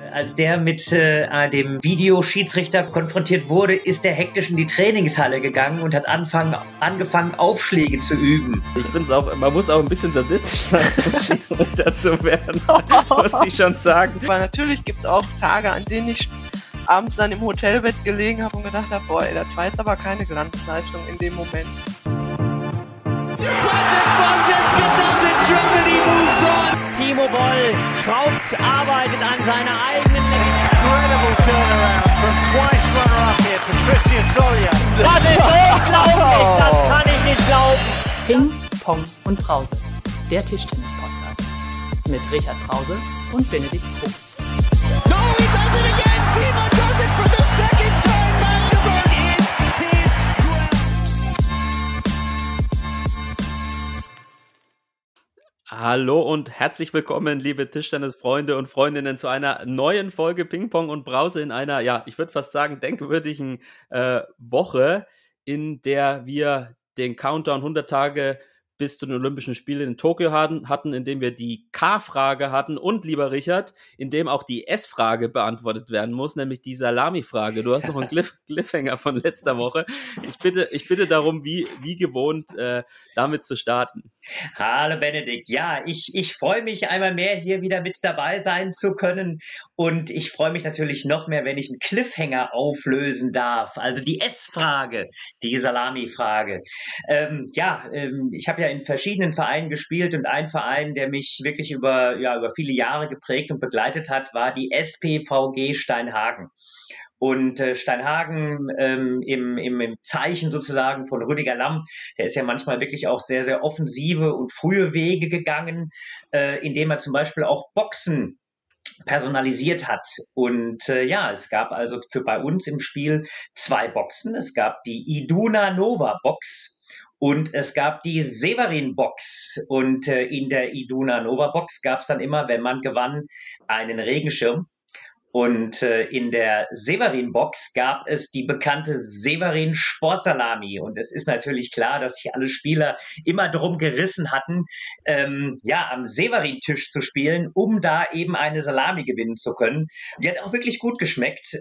als der mit dem Videoschiedsrichter konfrontiert wurde, ist er hektisch in die Trainingshalle gegangen und hat angefangen, Aufschläge zu üben. Ich finde es auch, man muss auch ein bisschen sadistisch sein, um Schiedsrichter zu werden, muss ich schon sagen. Weil natürlich gibt es auch Tage, an denen ich abends dann im Hotelbett gelegen habe und gedacht habe, boah, ey, das war jetzt aber keine Glanzleistung in dem Moment. Timo Boll schraubt, arbeitet an seiner eigenen Incredible turnaround from twice runner-up here, Patricia Solia. Das ist unglaublich, das kann ich nicht glauben. Ping, Pong und Brause, der Tischtennis-Podcast mit Richard Brause und Benedikt Probst. No, he does it again! Timo does it for the second time! Magdeburg is his ground! Hallo und herzlich willkommen, liebe Tischtennisfreunde und Freundinnen, zu einer neuen Folge Ping Pong und Brause in einer, ja, ich würde fast sagen, denkwürdigen Woche, in der wir den Countdown 100 Tage bis zu den Olympischen Spielen in Tokio hatten, indem wir die K-Frage hatten und, lieber Richard, in dem auch die S-Frage beantwortet werden muss, nämlich die Salami-Frage. Du hast noch einen Cliffhanger von letzter Woche. Ich bitte darum, wie gewohnt, damit zu starten. Hallo Benedikt, ja, ich freue mich einmal mehr, hier wieder mit dabei sein zu können, und ich freue mich natürlich noch mehr, wenn ich einen Cliffhanger auflösen darf, also die S-Frage, die Salami-Frage. Ich habe ja in verschiedenen Vereinen gespielt, und ein Verein, der mich wirklich über viele Jahre geprägt und begleitet hat, war die SPVG Steinhagen. Und Steinhagen im Zeichen sozusagen von Rüdiger Lamm, der ist ja manchmal wirklich auch sehr, sehr offensive und frühe Wege gegangen, indem er zum Beispiel auch Boxen personalisiert hat. Und es gab also bei uns im Spiel 2 Boxen. Es gab die Iduna Nova Box und es gab die Severin Box. Und in der Iduna Nova Box gab es dann immer, wenn man gewann, einen Regenschirm. Und in der Severin-Box gab es die bekannte Severin Sportsalami. Und es ist natürlich klar, dass sich alle Spieler immer drum gerissen hatten, am Severin-Tisch zu spielen, um da eben eine Salami gewinnen zu können. Die hat auch wirklich gut geschmeckt.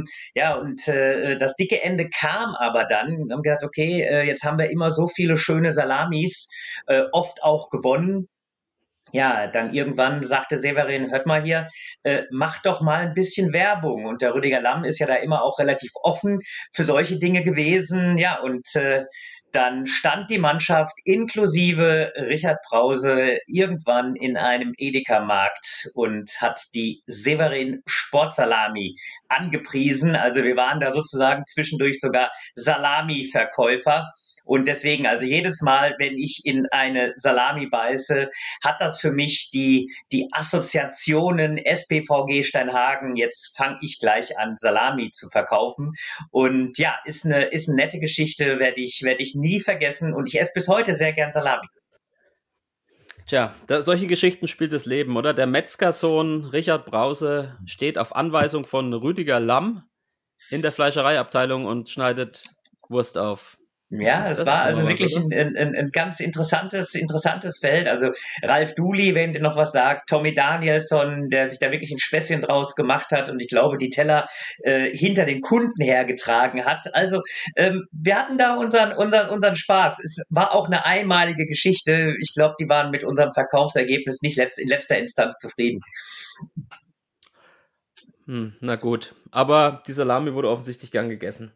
Das dicke Ende kam aber dann. Wir haben gedacht, okay, jetzt haben wir immer so viele schöne Salamis, oft auch gewonnen. Ja, dann irgendwann sagte Severin, hört mal hier, mach doch mal ein bisschen Werbung. Und der Rüdiger Lamm ist ja da immer auch relativ offen für solche Dinge gewesen. Ja, und dann stand die Mannschaft inklusive Richard Brause irgendwann in einem Edeka-Markt und hat die Severin Sportsalami angepriesen. Also wir waren da sozusagen zwischendurch sogar Salami-Verkäufer. Und deswegen, also jedes Mal, wenn ich in eine Salami beiße, hat das für mich die Assoziationen SPVG Steinhagen. Jetzt fange ich gleich an, Salami zu verkaufen. Und ja, ist eine nette Geschichte, werde ich nie vergessen. Und ich esse bis heute sehr gern Salami. Tja, solche Geschichten spielt das Leben, oder? Der Metzgersohn Richard Brause steht auf Anweisung von Rüdiger Lamm in der Fleischereiabteilung und schneidet Wurst auf. Ja, es war also wirklich ein ganz interessantes Feld. Also Ralf Duli, wenn dir noch was sagt, Tommy Danielsson, der sich da wirklich ein Späßchen draus gemacht hat und ich glaube, die Teller hinter den Kunden hergetragen hat. Also wir hatten da unseren Spaß. Es war auch eine einmalige Geschichte. Ich glaube, die waren mit unserem Verkaufsergebnis nicht in letzter Instanz zufrieden. Na gut, aber die Salami wurde offensichtlich gern gegessen.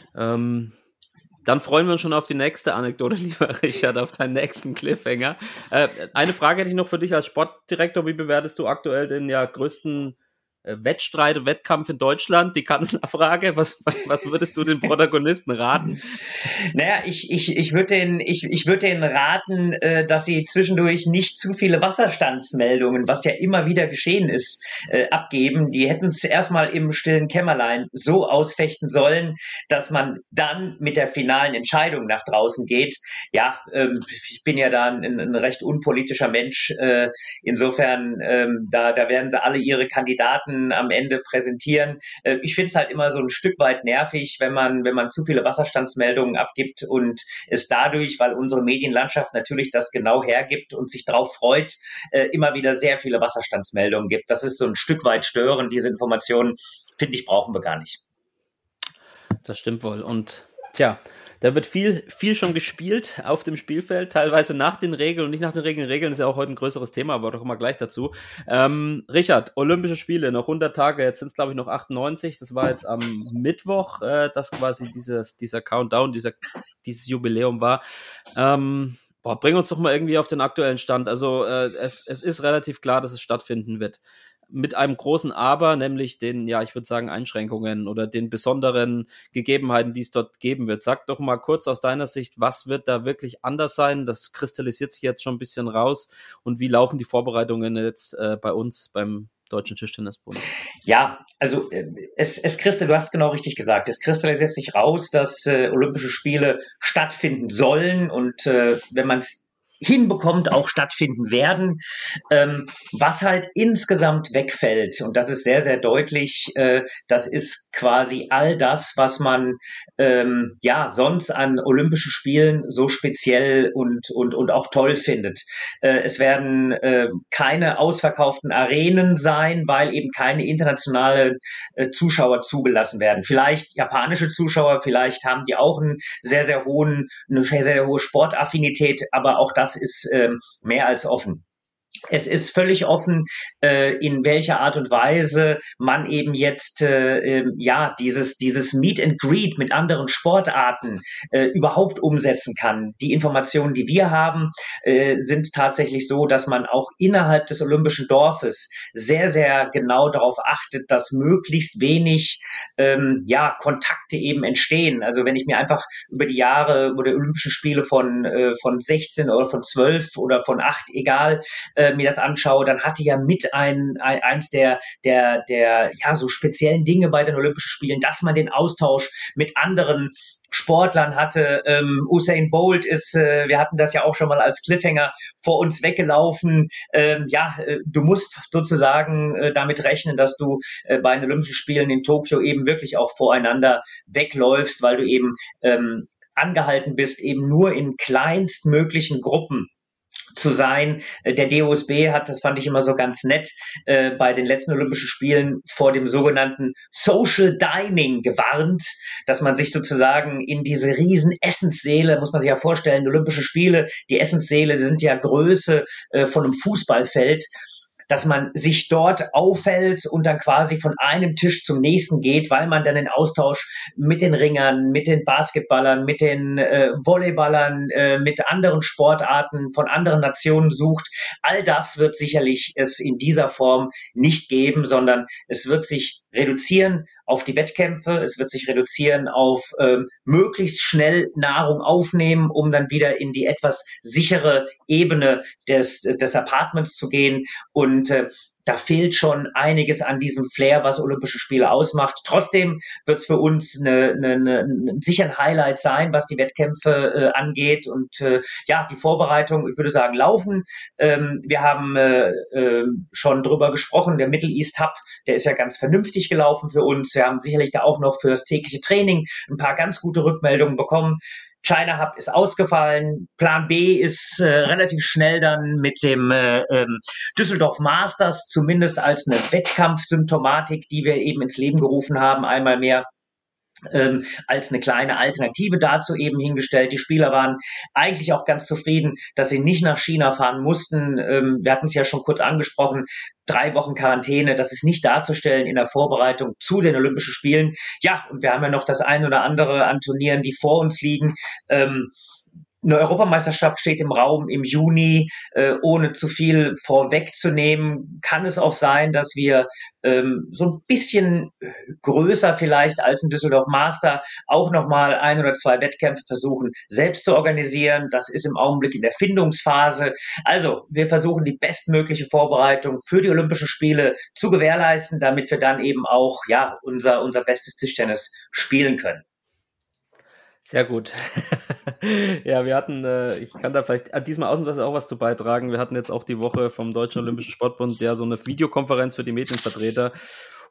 Dann freuen wir uns schon auf die nächste Anekdote, lieber Richard, auf deinen nächsten Cliffhanger. Eine Frage hätte ich noch für dich als Sportdirektor. Wie bewertest du aktuell den größten Wettstreit und Wettkampf in Deutschland, die Kanzlerfrage? Was würdest du den Protagonisten raten? Naja, ich würde denen raten, dass sie zwischendurch nicht zu viele Wasserstandsmeldungen, was ja immer wieder geschehen ist, abgeben. Die hätten es erstmal im stillen Kämmerlein so ausfechten sollen, dass man dann mit der finalen Entscheidung nach draußen geht. Ja, ich bin ja da ein recht unpolitischer Mensch. Insofern, da werden sie alle ihre Kandidaten dann am Ende präsentieren. Ich finde es halt immer so ein Stück weit nervig, wenn man zu viele Wasserstandsmeldungen abgibt und es dadurch, weil unsere Medienlandschaft natürlich das genau hergibt und sich darauf freut, immer wieder sehr viele Wasserstandsmeldungen gibt. Das ist so ein Stück weit störend. Diese Informationen, finde ich, brauchen wir gar nicht. Das stimmt wohl. Und tja, da wird viel schon gespielt auf dem Spielfeld, teilweise nach den Regeln und nicht nach den Regeln. Regeln ist ja auch heute ein größeres Thema, aber da kommen wir gleich dazu. Richard, Olympische Spiele, noch 100 Tage, jetzt sind es glaube ich noch 98, das war jetzt am Mittwoch, dass quasi dieser Countdown, dieses Jubiläum war. Bring uns doch mal irgendwie auf den aktuellen Stand. Also es ist relativ klar, dass es stattfinden wird. Mit einem großen Aber, nämlich den, ja, ich würde sagen, Einschränkungen oder den besonderen Gegebenheiten, die es dort geben wird. Sag doch mal kurz aus deiner Sicht, was wird da wirklich anders sein? Das kristallisiert sich jetzt schon ein bisschen raus. Und wie laufen die Vorbereitungen jetzt bei uns beim Deutschen Tischtennisbund? Ja, also du hast genau richtig gesagt, es kristallisiert sich raus, dass Olympische Spiele stattfinden sollen und wenn man es hinbekommt, auch stattfinden werden. Was halt insgesamt wegfällt, und das ist sehr, sehr deutlich, das ist quasi all das, was man sonst an Olympischen Spielen so speziell und auch toll findet. Es werden keine ausverkauften Arenen sein, weil eben keine internationale Zuschauer zugelassen werden. Vielleicht japanische Zuschauer, vielleicht haben die auch eine sehr, sehr hohe Sportaffinität, aber auch das ist mehr als offen. Es ist völlig offen, in welcher Art und Weise man eben jetzt dieses Meet and Greet mit anderen Sportarten überhaupt umsetzen kann. Die Informationen, die wir haben, sind tatsächlich so, dass man auch innerhalb des Olympischen Dorfes sehr, sehr genau darauf achtet, dass möglichst wenig Kontakte eben entstehen. Also wenn ich mir einfach über die Jahre oder Olympischen Spiele von 16 oder von 12 oder von 8, egal, mir das anschaue, dann hatte ja mit eins der so speziellen Dinge bei den Olympischen Spielen, dass man den Austausch mit anderen Sportlern hatte. Usain Bolt ist, wir hatten das ja auch schon mal als Cliffhanger, vor uns weggelaufen. Du musst sozusagen damit rechnen, dass du bei den Olympischen Spielen in Tokio eben wirklich auch voreinander wegläufst, weil du eben angehalten bist, eben nur in kleinstmöglichen Gruppen zu sein. Der DOSB hat, das fand ich immer so ganz nett, bei den letzten Olympischen Spielen vor dem sogenannten Social Dining gewarnt, dass man sich sozusagen in diese riesen Essenssäle, muss man sich ja vorstellen, Olympische Spiele, die Essenssäle, die sind ja Größe von einem Fußballfeld, dass man sich dort aufhält und dann quasi von einem Tisch zum nächsten geht, weil man dann den Austausch mit den Ringern, mit den Basketballern, mit den Volleyballern, mit anderen Sportarten von anderen Nationen sucht. All das wird sicherlich es in dieser Form nicht geben, sondern es wird sich reduzieren auf die Wettkämpfe, es wird sich reduzieren auf möglichst schnell Nahrung aufnehmen, um dann wieder in die etwas sichere Ebene des Apartments zu gehen. Und da fehlt schon einiges an diesem Flair, was Olympische Spiele ausmacht. Trotzdem wird es für uns sicher ein Highlight sein, was die Wettkämpfe angeht. Und die Vorbereitung, ich würde sagen, laufen. Wir haben schon drüber gesprochen, der Middle East Hub, der ist ja ganz vernünftig gelaufen für uns. Wir haben sicherlich da auch noch für das tägliche Training ein paar ganz gute Rückmeldungen bekommen. China Hub ist ausgefallen. Plan B ist relativ schnell dann mit dem Düsseldorf Masters, zumindest als eine Wettkampfsymptomatik, die wir eben ins Leben gerufen haben, einmal mehr als eine kleine Alternative dazu eben hingestellt. Die Spieler waren eigentlich auch ganz zufrieden, dass sie nicht nach China fahren mussten. Wir hatten es ja schon kurz angesprochen, 3 Wochen Quarantäne, das ist nicht darzustellen in der Vorbereitung zu den Olympischen Spielen. Ja, und wir haben ja noch das ein oder andere an Turnieren, die vor uns liegen. Eine Europameisterschaft steht im Raum im Juni. Ohne zu viel vorwegzunehmen, kann es auch sein, dass wir so ein bisschen größer vielleicht als ein Düsseldorf Master auch nochmal 1 oder 2 Wettkämpfe versuchen, selbst zu organisieren. Das ist im Augenblick in der Findungsphase. Also, wir versuchen die bestmögliche Vorbereitung für die Olympischen Spiele zu gewährleisten, damit wir dann eben auch unser bestes Tischtennis spielen können. Sehr gut. Ja, wir hatten, ich kann da vielleicht diesmal ausnahmsweise auch was zu beitragen. Wir hatten jetzt auch die Woche vom Deutschen Olympischen Sportbund so eine Videokonferenz für die Medienvertreter.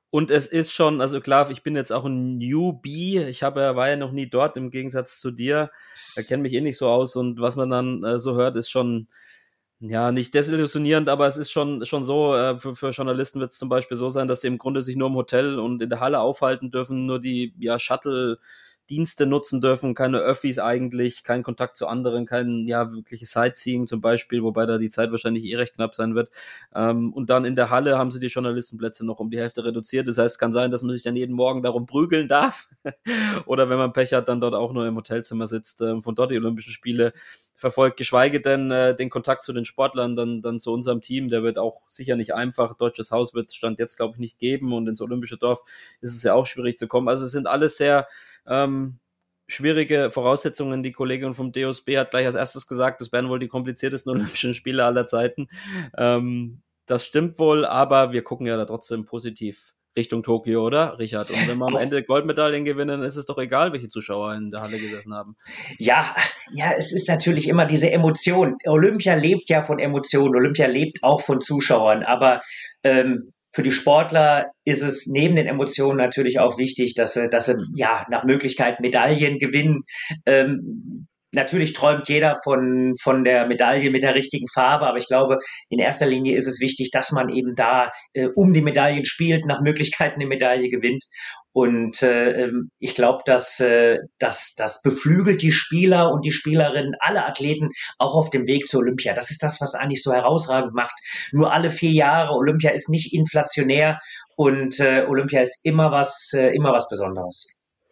Und es ist schon, also klar, ich bin jetzt auch ein Newbie. War ja noch nie dort, im Gegensatz zu dir. Kenne mich eh nicht so aus. Und was man dann so hört, ist schon, ja, nicht desillusionierend, aber es ist schon so, für Journalisten wird es zum Beispiel so sein, dass die im Grunde sich nur im Hotel und in der Halle aufhalten dürfen, nur die Shuttle-Dienste nutzen dürfen, keine Öffis eigentlich, kein Kontakt zu anderen, kein wirkliches Sightseeing zum Beispiel, wobei da die Zeit wahrscheinlich recht knapp sein wird. Und dann in der Halle haben sie die Journalistenplätze noch um die Hälfte reduziert. Das heißt, es kann sein, dass man sich dann jeden Morgen darum prügeln darf oder wenn man Pech hat, dann dort auch nur im Hotelzimmer sitzt, von dort die Olympischen Spiele verfolgt, geschweige denn den Kontakt zu den Sportlern, dann zu unserem Team, der wird auch sicher nicht einfach. Deutsches Haus wird es Stand jetzt, glaube ich, nicht geben und ins Olympische Dorf ist es ja auch schwierig zu kommen. Also es sind alles sehr schwierige Voraussetzungen. Die Kollegin vom DOSB hat gleich als erstes gesagt, das werden wohl die kompliziertesten Olympischen Spiele aller Zeiten. Das stimmt wohl, aber wir gucken ja da trotzdem positiv Richtung Tokio, oder, Richard? Und wenn wir am Ende Goldmedaillen gewinnen, ist es doch egal, welche Zuschauer in der Halle gesessen haben. Ja, es ist natürlich immer diese Emotion. Olympia lebt ja von Emotionen. Olympia lebt auch von Zuschauern. Aber für die Sportler ist es neben den Emotionen natürlich auch wichtig, dass sie nach Möglichkeit Medaillen gewinnen. Natürlich träumt jeder von der Medaille mit der richtigen Farbe, aber ich glaube, in erster Linie ist es wichtig, dass man eben da um die Medaillen spielt, nach Möglichkeiten eine Medaille gewinnt. Und ich glaube, dass das beflügelt die Spieler und die Spielerinnen, alle Athleten auch auf dem Weg zur Olympia. Das ist das, was eigentlich so herausragend macht. Nur alle 4 Jahre. Olympia ist nicht inflationär und Olympia ist immer was Besonderes.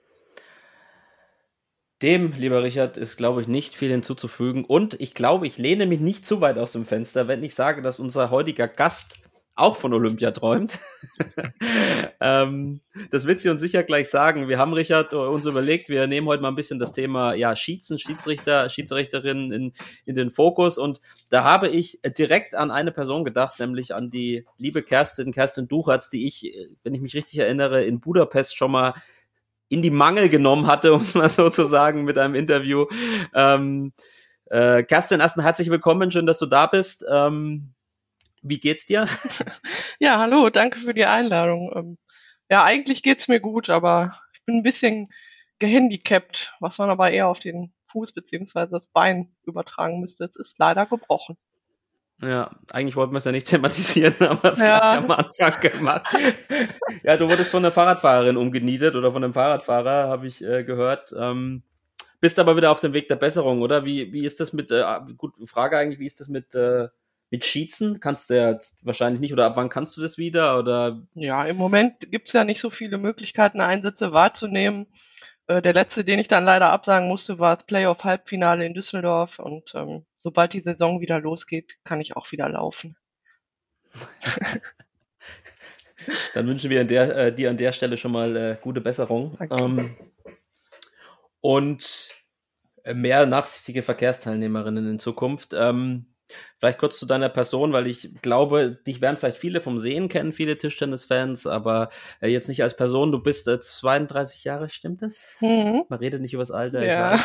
Dem, lieber Richard, ist, glaube ich, nicht viel hinzuzufügen. Und ich glaube, ich lehne mich nicht zu weit aus dem Fenster, wenn ich sage, dass unser heutiger Gast auch von Olympia träumt. Das wird sie uns sicher gleich sagen. Wir haben, Richard, uns überlegt, wir nehmen heute mal ein bisschen das Thema Schiedsrichter, Schiedsrichterinnen in den Fokus. Und da habe ich direkt an eine Person gedacht, nämlich an die liebe Kerstin Duchertz, die ich, wenn ich mich richtig erinnere, in Budapest schon mal in die Mangel genommen hatte, um es mal so zu sagen, mit einem Interview. Kerstin, erstmal herzlich willkommen, schön, dass du da bist. Wie geht's dir? Ja, hallo, danke für die Einladung. Eigentlich geht's mir gut, aber ich bin ein bisschen gehandicapt, was man aber eher auf den Fuß beziehungsweise das Bein übertragen müsste. Es ist leider gebrochen. Ja, eigentlich wollten wir es ja nicht thematisieren, aber es gleich am Anfang gemacht. Ja, du wurdest von einer Fahrradfahrerin umgenietet oder von einem Fahrradfahrer, habe ich gehört. Bist aber wieder auf dem Weg der Besserung, oder? Wie ist das mit, gut, Frage eigentlich, wie ist das mit Schießen? Kannst du ja wahrscheinlich nicht, oder ab wann kannst du das wieder? Oder? Ja, im Moment gibt's ja nicht so viele Möglichkeiten, Einsätze wahrzunehmen. Der letzte, den ich dann leider absagen musste, war das Playoff-Halbfinale in Düsseldorf. Und sobald die Saison wieder losgeht, kann ich auch wieder laufen. Dann wünschen wir dir an der Stelle schon mal gute Besserung. Und mehr nachsichtige Verkehrsteilnehmerinnen in Zukunft. Vielleicht kurz zu deiner Person, weil ich glaube, dich werden vielleicht viele vom Sehen kennen, viele Tischtennis-Fans, aber jetzt nicht als Person. Du bist 32 Jahre, stimmt das? Mhm. Man redet nicht über das Alter. Ja.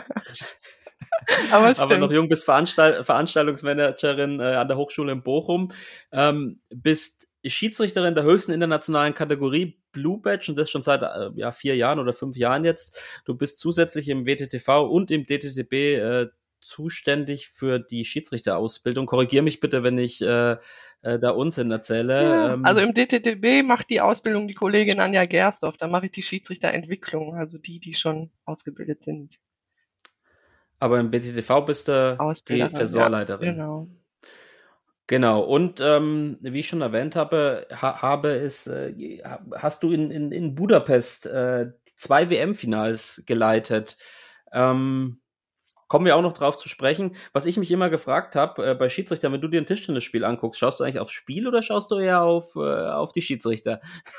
Aber noch jung, bist Veranstaltungsmanagerin an der Hochschule in Bochum, bist Schiedsrichterin der höchsten internationalen Kategorie Blue Badge und das schon seit 4 Jahren oder 5 Jahren jetzt. Du bist zusätzlich im WTTV und im DTTB zuständig für die Schiedsrichterausbildung. Korrigier mich bitte, wenn ich da Unsinn erzähle. Ja, also im DTTB macht die Ausbildung die Kollegin Anja Gersdorf. Da mache ich die Schiedsrichterentwicklung, also die schon ausgebildet sind. Aber im BTTV bist du die Ressortleiterin. Ja, Genau. Und wie ich schon erwähnt habe, hast du in Budapest 2 WM-Finals geleitet. Kommen wir auch noch drauf zu sprechen. Was ich mich immer gefragt habe, bei Schiedsrichtern, wenn du dir ein Tischtennisspiel anguckst, schaust du eigentlich aufs Spiel oder schaust du eher auf die Schiedsrichter?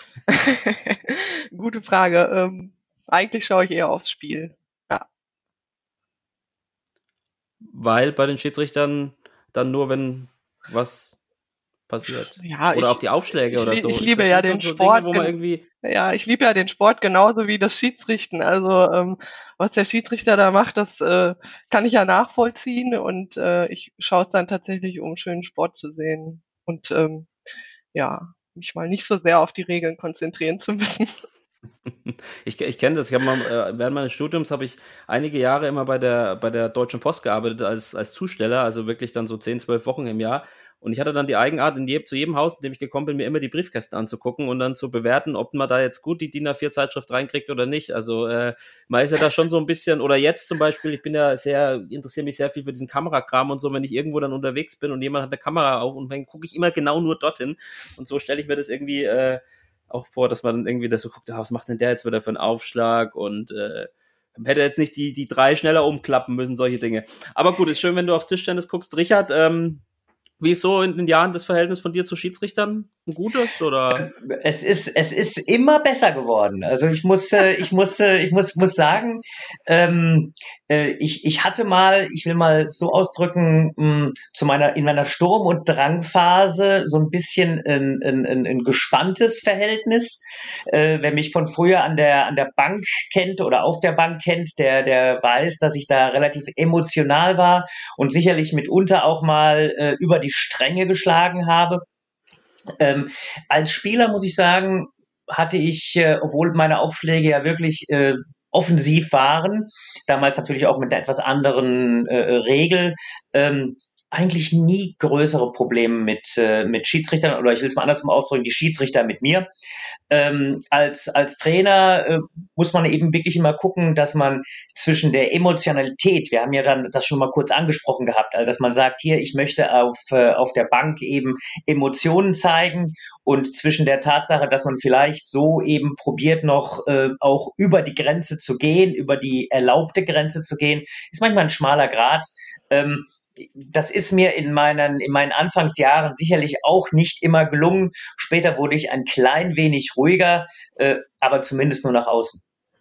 Gute Frage. Eigentlich schaue ich eher aufs Spiel. Ja. Weil bei den Schiedsrichtern dann nur, wenn was passiert. Ja, oder auf die Aufschläge oder so. Ich liebe ja den Sport. Dinge, wo man irgendwie ich liebe ja den Sport genauso wie das Schiedsrichten. Also was der Schiedsrichter da macht, das kann ich ja nachvollziehen und ich schaue es dann tatsächlich, um schönen Sport zu sehen. Und mich mal nicht so sehr auf die Regeln konzentrieren zu müssen. Ich kenne das. Ich habe mal während meines Studiums habe ich einige Jahre immer bei der Deutschen Post gearbeitet als Zusteller, also wirklich dann so 10, 12 Wochen im Jahr. Und ich hatte dann die Eigenart, zu jedem Haus, in dem ich gekommen bin, mir immer die Briefkästen anzugucken und dann zu bewerten, ob man da jetzt gut die DIN A4-Zeitschrift reinkriegt oder nicht. Also man ist ja da schon so ein bisschen, oder jetzt zum Beispiel, ich interessiere mich sehr viel für diesen Kamerakram und so, wenn ich irgendwo dann unterwegs bin und jemand hat eine Kamera auf und dann gucke ich immer genau nur dorthin. Und so stelle ich mir das irgendwie auch vor, dass man dann irgendwie das so guckt, was macht denn der jetzt wieder für einen Aufschlag und hätte jetzt nicht die 3 schneller umklappen müssen, solche Dinge. Aber gut, ist schön, wenn du aufs Tischtennis guckst. Richard, wie ist so in den Jahren das Verhältnis von dir zu Schiedsrichtern? Ein gutes oder? Es ist immer besser geworden. Also ich muss sagen, ich hatte mal, ich will mal so ausdrücken, in meiner Sturm- und Drangphase so ein bisschen ein gespanntes Verhältnis. Wer mich von früher an der Bank kennt oder auf der Bank kennt, der weiß, dass ich da relativ emotional war und sicherlich mitunter auch mal über die Stränge geschlagen habe. Als Spieler muss ich sagen, hatte ich, obwohl meine Aufschläge ja wirklich offensiv waren, damals natürlich auch mit einer etwas anderen Regel, eigentlich nie größere Probleme mit Schiedsrichtern, oder ich will es mal andersrum ausdrücken, die Schiedsrichter mit mir. Als Trainer muss man eben wirklich immer gucken, dass man zwischen der Emotionalität, wir haben ja dann das schon mal kurz angesprochen gehabt, also dass man sagt, hier, ich möchte auf der Bank eben Emotionen zeigen, und zwischen der Tatsache, dass man vielleicht so eben probiert, noch auch über die Grenze zu gehen, über die erlaubte Grenze zu gehen, ist manchmal ein schmaler Grat. Das ist mir in meinen Anfangsjahren sicherlich auch nicht immer gelungen. Später wurde ich ein klein wenig ruhiger, aber zumindest nur nach außen.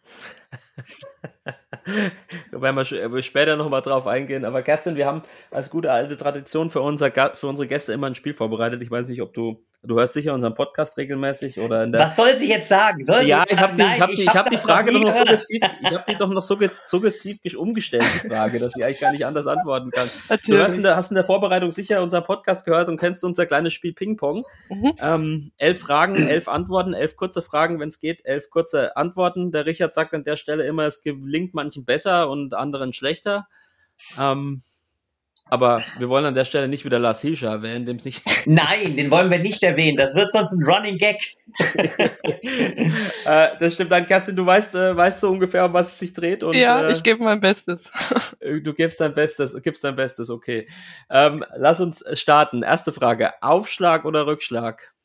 Da werden wir später nochmal drauf eingehen. Aber Kerstin, wir haben als gute alte Tradition für unsere Gäste immer ein Spiel vorbereitet. Ich weiß nicht, ob du hörst sicher unseren Podcast regelmäßig oder in der. Was soll sie jetzt sagen? Ich habe die Frage doch noch suggestiv, ich habe die doch noch suggestiv umgestellt, die Frage, dass ich eigentlich gar nicht anders antworten kann. Natürlich. Du hast in der Vorbereitung sicher unseren Podcast gehört und kennst unser kleines Spiel Ping-Pong. 11 Fragen, 11 Antworten, 11 kurze Fragen, wenn es geht, 11 kurze Antworten. Der Richard sagt an der Stelle immer, es gelingt manchen besser und anderen schlechter. Aber wir wollen an der Stelle nicht wieder Lars Hielscher erwähnen, dem es nicht. Nein, den wollen wir nicht erwähnen. Das wird sonst ein Running Gag. Das stimmt. Dann, Kerstin, du weißt so ungefähr, um was es sich dreht. Und, ja, ich gebe mein Bestes. Du gibst dein Bestes, okay. Lass uns starten. Erste Frage. Aufschlag oder Rückschlag?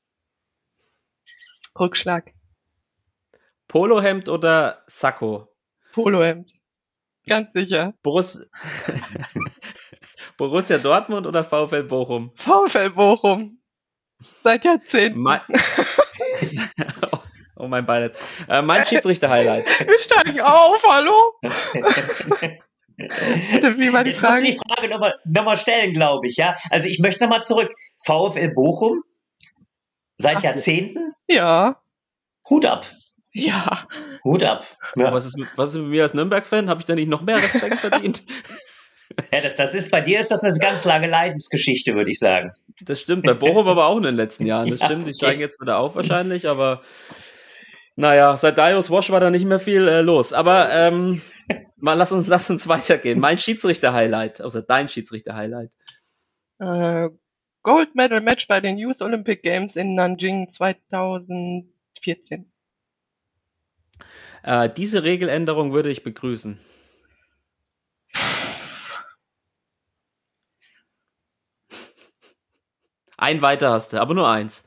Rückschlag. Polohemd oder Sakko? Polohemd. Ganz sicher. Borussia Dortmund oder VfL Bochum? VfL Bochum. Seit Jahrzehnten. Oh, mein Beileid. Mein Schiedsrichter-Highlight. Wir steigen auf, hallo? Wie war die Jetzt Frage? musst du die Frage noch mal stellen, glaube ich, ja? Also ich möchte nochmal zurück. VfL Bochum? Seit Jahrzehnten? Ja. Hut ab. Ja. Hut ab. Ja. Was ist mit mir als Nürnberg-Fan? Habe ich da nicht noch mehr Respekt verdient? Ja, bei dir ist das eine ganz lange Leidensgeschichte, würde ich sagen. Das stimmt, bei Bochum aber auch in den letzten Jahren. Das stimmt, die steigen jetzt wieder auf wahrscheinlich, aber naja, seit Darius Wosch war da nicht mehr viel los. Aber lass uns weitergehen. Mein Schiedsrichter-Highlight, also dein Schiedsrichter-Highlight. Gold Medal Match bei den Youth Olympic Games in Nanjing 2014. Diese Regeländerung würde ich begrüßen. Ein weiter hast du, aber nur eins.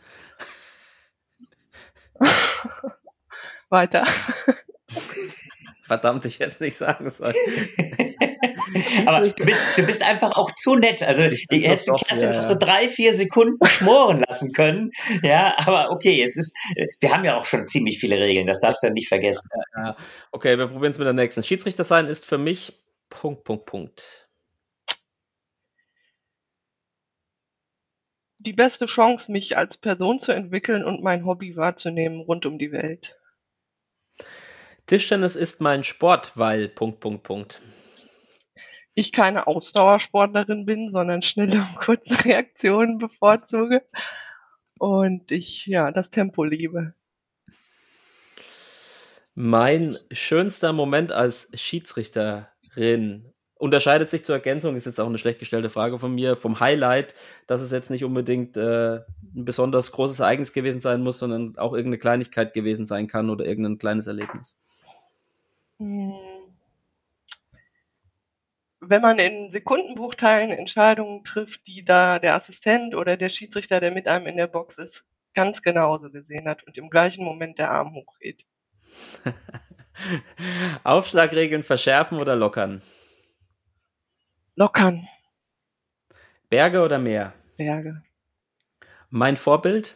Weiter. Verdammt, ich hätte es nicht sagen sollen. Aber du bist einfach auch zu nett. Also die hättest du noch so 3-4 Sekunden schmoren lassen können. Ja, aber okay, wir haben ja auch schon ziemlich viele Regeln, das darfst du ja nicht vergessen. Ja. Okay, wir probieren es mit der nächsten. Schiedsrichter sein ist für mich ... Die beste Chance, mich als Person zu entwickeln und mein Hobby wahrzunehmen rund um die Welt. Tischtennis ist mein Sport, weil ... Ich keine Ausdauersportlerin bin, sondern schnelle und kurze Reaktionen bevorzuge. und ich das Tempo liebe. Mein schönster Moment als Schiedsrichterin unterscheidet sich zur Ergänzung, ist jetzt auch eine schlecht gestellte Frage von mir, vom Highlight, dass es jetzt nicht unbedingt ein besonders großes Ereignis gewesen sein muss, sondern auch irgendeine Kleinigkeit gewesen sein kann oder irgendein kleines Erlebnis. Wenn man in Sekundenbruchteilen Entscheidungen trifft, die da der Assistent oder der Schiedsrichter, der mit einem in der Box ist, ganz genauso gesehen hat und im gleichen Moment der Arm hochgeht. Aufschlagregeln verschärfen oder lockern? Lockern. Berge oder Meer? Berge. Mein Vorbild?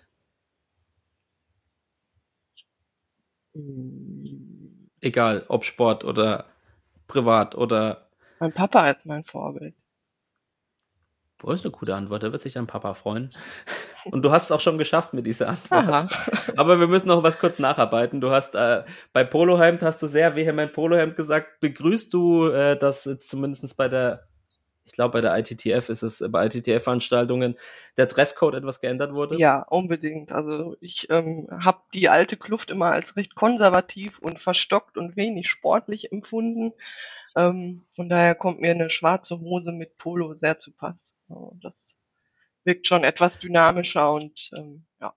Egal, ob Sport oder privat oder... Mein Papa ist mein Vorbild. Boah, ist eine gute Antwort, da wird sich dein Papa freuen. Und du hast es auch schon geschafft mit dieser Antwort. Aha. Aber wir müssen noch was kurz nacharbeiten. Du hast bei Polohemd hast du sehr vehement Polohemd gesagt. Begrüßt du, dass jetzt zumindest bei der ITTF ist es, bei ITTF-Veranstaltungen der Dresscode etwas geändert wurde? Ja, unbedingt. Also ich habe die alte Kluft immer als recht konservativ und verstockt und wenig sportlich empfunden. Von daher kommt mir eine schwarze Hose mit Polo sehr zu Pass. Das wirkt schon etwas dynamischer und ja.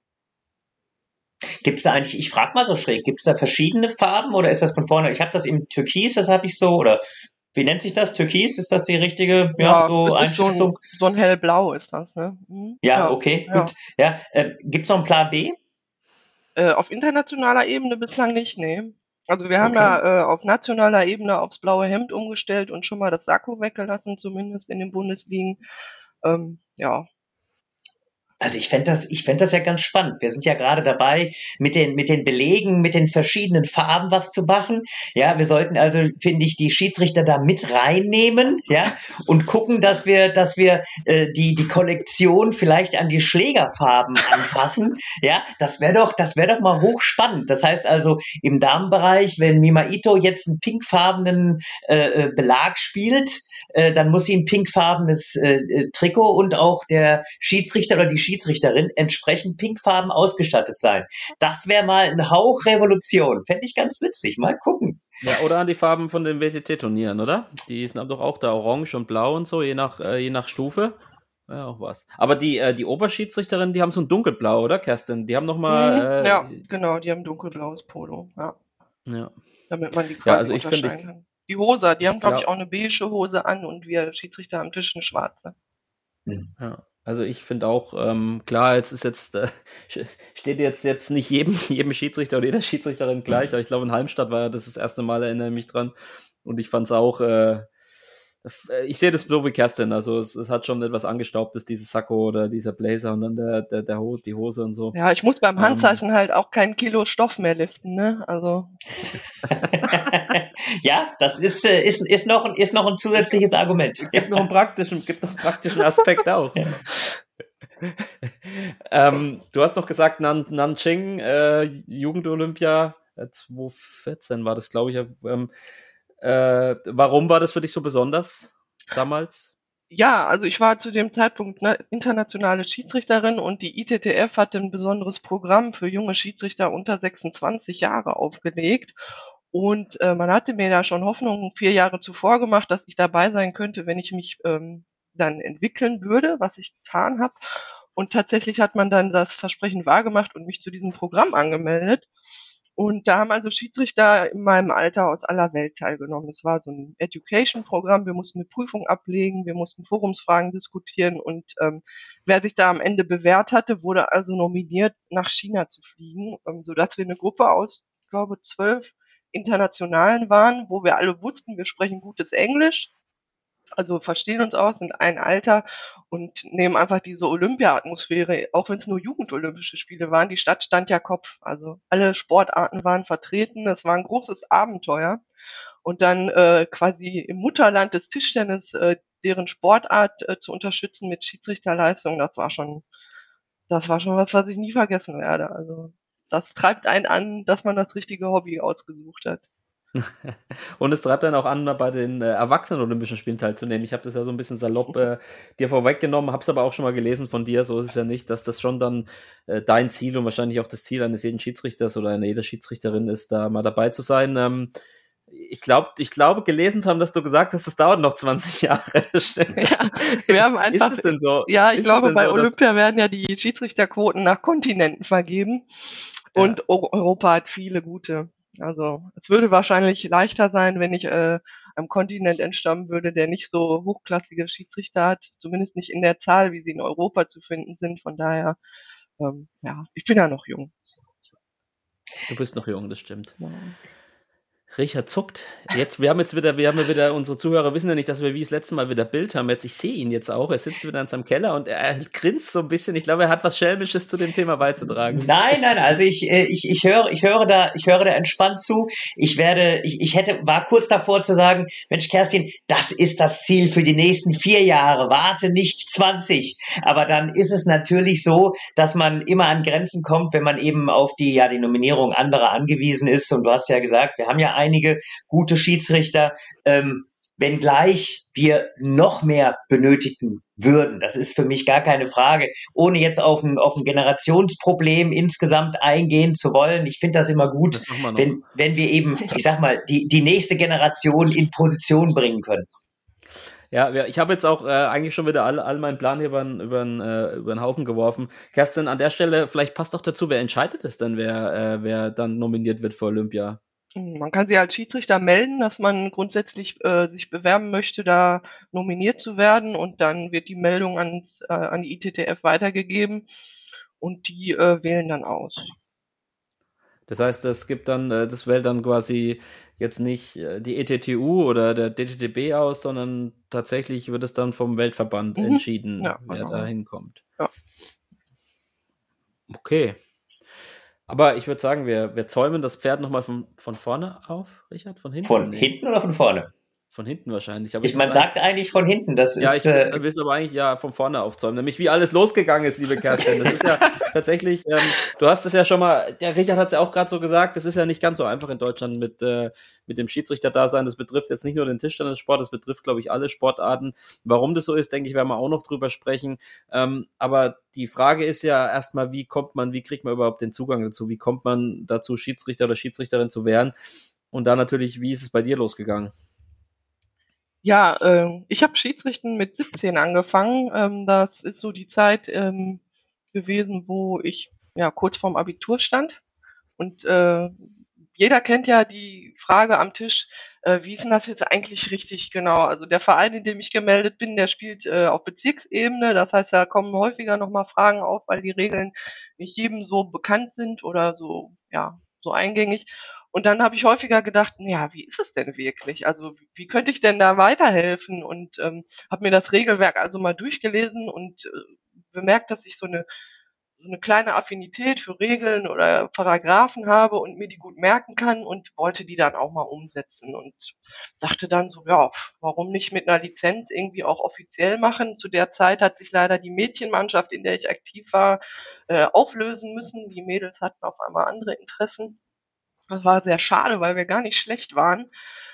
Gibt's da eigentlich, ich frage mal so schräg, gibt's da verschiedene Farben oder ist das von vorne? Ich habe das im Türkis, das habe ich so, oder wie nennt sich das? Türkis? Ist das die richtige so es ist Einschätzung? so ein hellblau ist das, ne? Ja, okay, ja. gut. Ja, gibt's noch einen Plan B? Auf internationaler Ebene bislang nicht, nee. Also wir haben Okay. ja auf nationaler Ebene aufs blaue Hemd umgestellt und schon mal das Sakko weggelassen, zumindest in den Bundesligen. Ja. Also ich fänd das ja ganz spannend. Wir sind ja gerade dabei, mit den Belegen, mit den verschiedenen Farben was zu machen. Ja, wir sollten also, finde ich, die Schiedsrichter da mit reinnehmen, ja, und gucken, dass wir die Kollektion vielleicht an die Schlägerfarben anpassen. Ja, das wäre doch mal hochspannend. Das heißt also, im Damenbereich, wenn Mima Ito jetzt einen pinkfarbenen Belag spielt, dann muss sie ein pinkfarbenes Trikot und auch der Schiedsrichter oder die Schiedsrichterin entsprechend pinkfarben ausgestattet sein. Das wäre mal ein Hauch Revolution. Fände ich ganz witzig. Mal gucken. Ja, oder an die Farben von den WTT-Turnieren, oder? Die sind doch auch da orange und blau und so, je nach Stufe. Ja, auch was. Aber die Oberschiedsrichterinnen, die haben so ein dunkelblau, oder, Kerstin? Die haben nochmal... ja, genau, die haben dunkelblaues Polo, Ja. Damit man die quasi also unterscheiden kann. Die Hose, die haben, glaube ich, auch eine beige Hose an und wir Schiedsrichter am Tisch eine schwarze. Ja, also ich finde auch, klar, steht jetzt nicht jedem Schiedsrichter oder jeder Schiedsrichterin gleich, aber ich glaube in Halmstad war ja das erste Mal, erinnere ich mich dran. Und ich fand es auch, ich sehe das so wie Kerstin, also es hat schon etwas Angestaubtes, dieses Sakko oder dieser Blazer und dann die Hose und so. Ja, ich muss beim Handzeichen halt auch kein Kilo Stoff mehr liften, ne? Also. Ja, das ist noch ein zusätzliches Argument. Gibt noch einen praktischen Aspekt auch. Ja. Du hast doch gesagt, Nanjing, Jugendolympia 2014 war das, glaube ich. Warum war das für dich so besonders damals? Ja, also ich war zu dem Zeitpunkt internationale Schiedsrichterin und die ITTF hatte ein besonderes Programm für junge Schiedsrichter unter 26 Jahre aufgelegt. Und man hatte mir da schon Hoffnung 4 Jahre zuvor gemacht, dass ich dabei sein könnte, wenn ich mich dann entwickeln würde, was ich getan habe. Und tatsächlich hat man dann das Versprechen wahrgemacht und mich zu diesem Programm angemeldet. Und da haben also Schiedsrichter in meinem Alter aus aller Welt teilgenommen. Es war so ein Education-Programm. Wir mussten eine Prüfung ablegen, wir mussten Forumsfragen diskutieren und wer sich da am Ende bewährt hatte, wurde also nominiert, nach China zu fliegen, sodass wir eine Gruppe aus, ich glaube, 12 Internationalen waren, wo wir alle wussten, wir sprechen gutes Englisch, also verstehen uns aus, sind ein Alter und nehmen einfach diese Olympia-Atmosphäre, auch wenn es nur Jugendolympische Spiele waren, die Stadt stand ja Kopf. Also alle Sportarten waren vertreten, es war ein großes Abenteuer. Und dann quasi im Mutterland des Tischtennis deren Sportart zu unterstützen mit Schiedsrichterleistung, das war schon was ich nie vergessen werde. Also das treibt einen an, dass man das richtige Hobby ausgesucht hat. Und es treibt dann auch an, bei den Erwachsenen-Olympischen Spielen teilzunehmen. Ich habe das ja so ein bisschen salopp dir vorweggenommen, habe es aber auch schon mal gelesen von dir, so ist es ja nicht, dass das schon dann dein Ziel und wahrscheinlich auch das Ziel eines jeden Schiedsrichters oder einer jeder Schiedsrichterin ist, da mal dabei zu sein. Ich glaube, gelesen zu haben, dass du gesagt hast, das dauert noch 20 Jahre. Ja, wir haben einfach, ist es denn so? ja, ich Ist es glaube, denn bei so, dass- Olympia werden ja die Schiedsrichterquoten nach Kontinenten vergeben Ja. und Europa hat viele gute. Also es würde wahrscheinlich leichter sein, wenn ich einem Kontinent entstammen würde, der nicht so hochklassige Schiedsrichter hat, zumindest nicht in der Zahl, wie sie in Europa zu finden sind. Von daher, ja, ich bin ja noch jung. Du bist noch jung, das stimmt. Ja. Richard zuckt. Wir haben ja wieder, unsere Zuhörer wissen ja nicht, dass wir wie das letzte Mal wieder Bild haben. Ich sehe ihn jetzt auch. Er sitzt wieder in seinem Keller und er grinst so ein bisschen. Ich glaube, er hat was Schelmisches zu dem Thema beizutragen. Nein, also ich höre da entspannt zu. War kurz davor zu sagen, Mensch, Kerstin, das ist das Ziel für die nächsten 4 Jahre. Warte nicht 20. Aber dann ist es natürlich so, dass man immer an Grenzen kommt, wenn man eben auf die Nominierung anderer angewiesen ist. Und du hast ja gesagt, wir haben ja einige gute Schiedsrichter, wenngleich wir noch mehr benötigen würden. Das ist für mich gar keine Frage, ohne jetzt auf ein Generationsproblem insgesamt eingehen zu wollen. Ich finde das immer gut, Das machen wir noch. wenn wir eben, ich sag mal, die nächste Generation in Position bringen können. Ja, ich habe jetzt auch eigentlich schon wieder all meinen Plan hier über den Haufen geworfen. Kerstin, an der Stelle, vielleicht passt doch dazu, wer entscheidet es denn, wer dann nominiert wird für Olympia? Man kann sich als Schiedsrichter melden, dass man grundsätzlich sich bewerben möchte, da nominiert zu werden, und dann wird die Meldung an die ITTF weitergegeben und die wählen dann aus. Das heißt, es gibt dann, das wählt dann quasi jetzt nicht die ETTU oder der DTTB aus, sondern tatsächlich wird es dann vom Weltverband entschieden, Ja, wer genau. da hinkommt. Ja. Okay. Aber ich würde sagen, wir zäumen das Pferd nochmal von vorne auf, Richard? Von hinten? Von hinten oder von vorne? Von hinten wahrscheinlich. Aber Man sagt eigentlich von hinten. Das ja, ist. Ich will es aber eigentlich von vorne aufzäumen. Nämlich wie alles losgegangen ist, liebe Kerstin. Das ist ja tatsächlich, du hast es ja schon mal, der Richard hat es ja auch gerade so gesagt, das ist ja nicht ganz so einfach in Deutschland mit dem Schiedsrichter-Dasein. Das betrifft jetzt nicht nur den Tischtennissport, das betrifft, glaube ich, alle Sportarten. Warum das so ist, denke ich, werden wir auch noch drüber sprechen. Aber die Frage ist ja erstmal, wie kriegt man überhaupt den Zugang dazu? Wie kommt man dazu, Schiedsrichter oder Schiedsrichterin zu werden? Und dann natürlich, wie ist es bei dir losgegangen? Ja, ich habe Schiedsrichten mit 17 angefangen. Das ist so die Zeit gewesen, wo ich kurz vorm Abitur stand. Und jeder kennt ja die Frage am Tisch, wie ist denn das jetzt eigentlich richtig genau? Also der Verein, in dem ich gemeldet bin, der spielt auf Bezirksebene. Das heißt, da kommen häufiger nochmal Fragen auf, weil die Regeln nicht jedem so bekannt sind oder so eingängig. Und dann habe ich häufiger gedacht, wie ist es denn wirklich? Also wie könnte ich denn da weiterhelfen? Und habe mir das Regelwerk also mal durchgelesen und bemerkt, dass ich so eine kleine Affinität für Regeln oder Paragraphen habe und mir die gut merken kann und wollte die dann auch mal umsetzen und dachte dann so, warum nicht mit einer Lizenz irgendwie auch offiziell machen? Zu der Zeit hat sich leider die Mädchenmannschaft, in der ich aktiv war, auflösen müssen. Die Mädels hatten auf einmal andere Interessen. Das war sehr schade, weil wir gar nicht schlecht waren.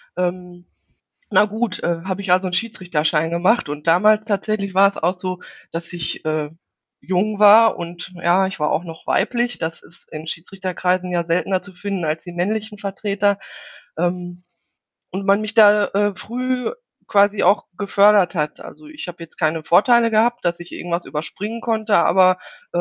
Na gut, habe ich also einen Schiedsrichterschein gemacht und damals tatsächlich war es auch so, dass ich jung war und ich war auch noch weiblich. Das ist in Schiedsrichterkreisen ja seltener zu finden als die männlichen Vertreter. Und man mich da früh quasi auch gefördert hat. Also ich habe jetzt keine Vorteile gehabt, dass ich irgendwas überspringen konnte, aber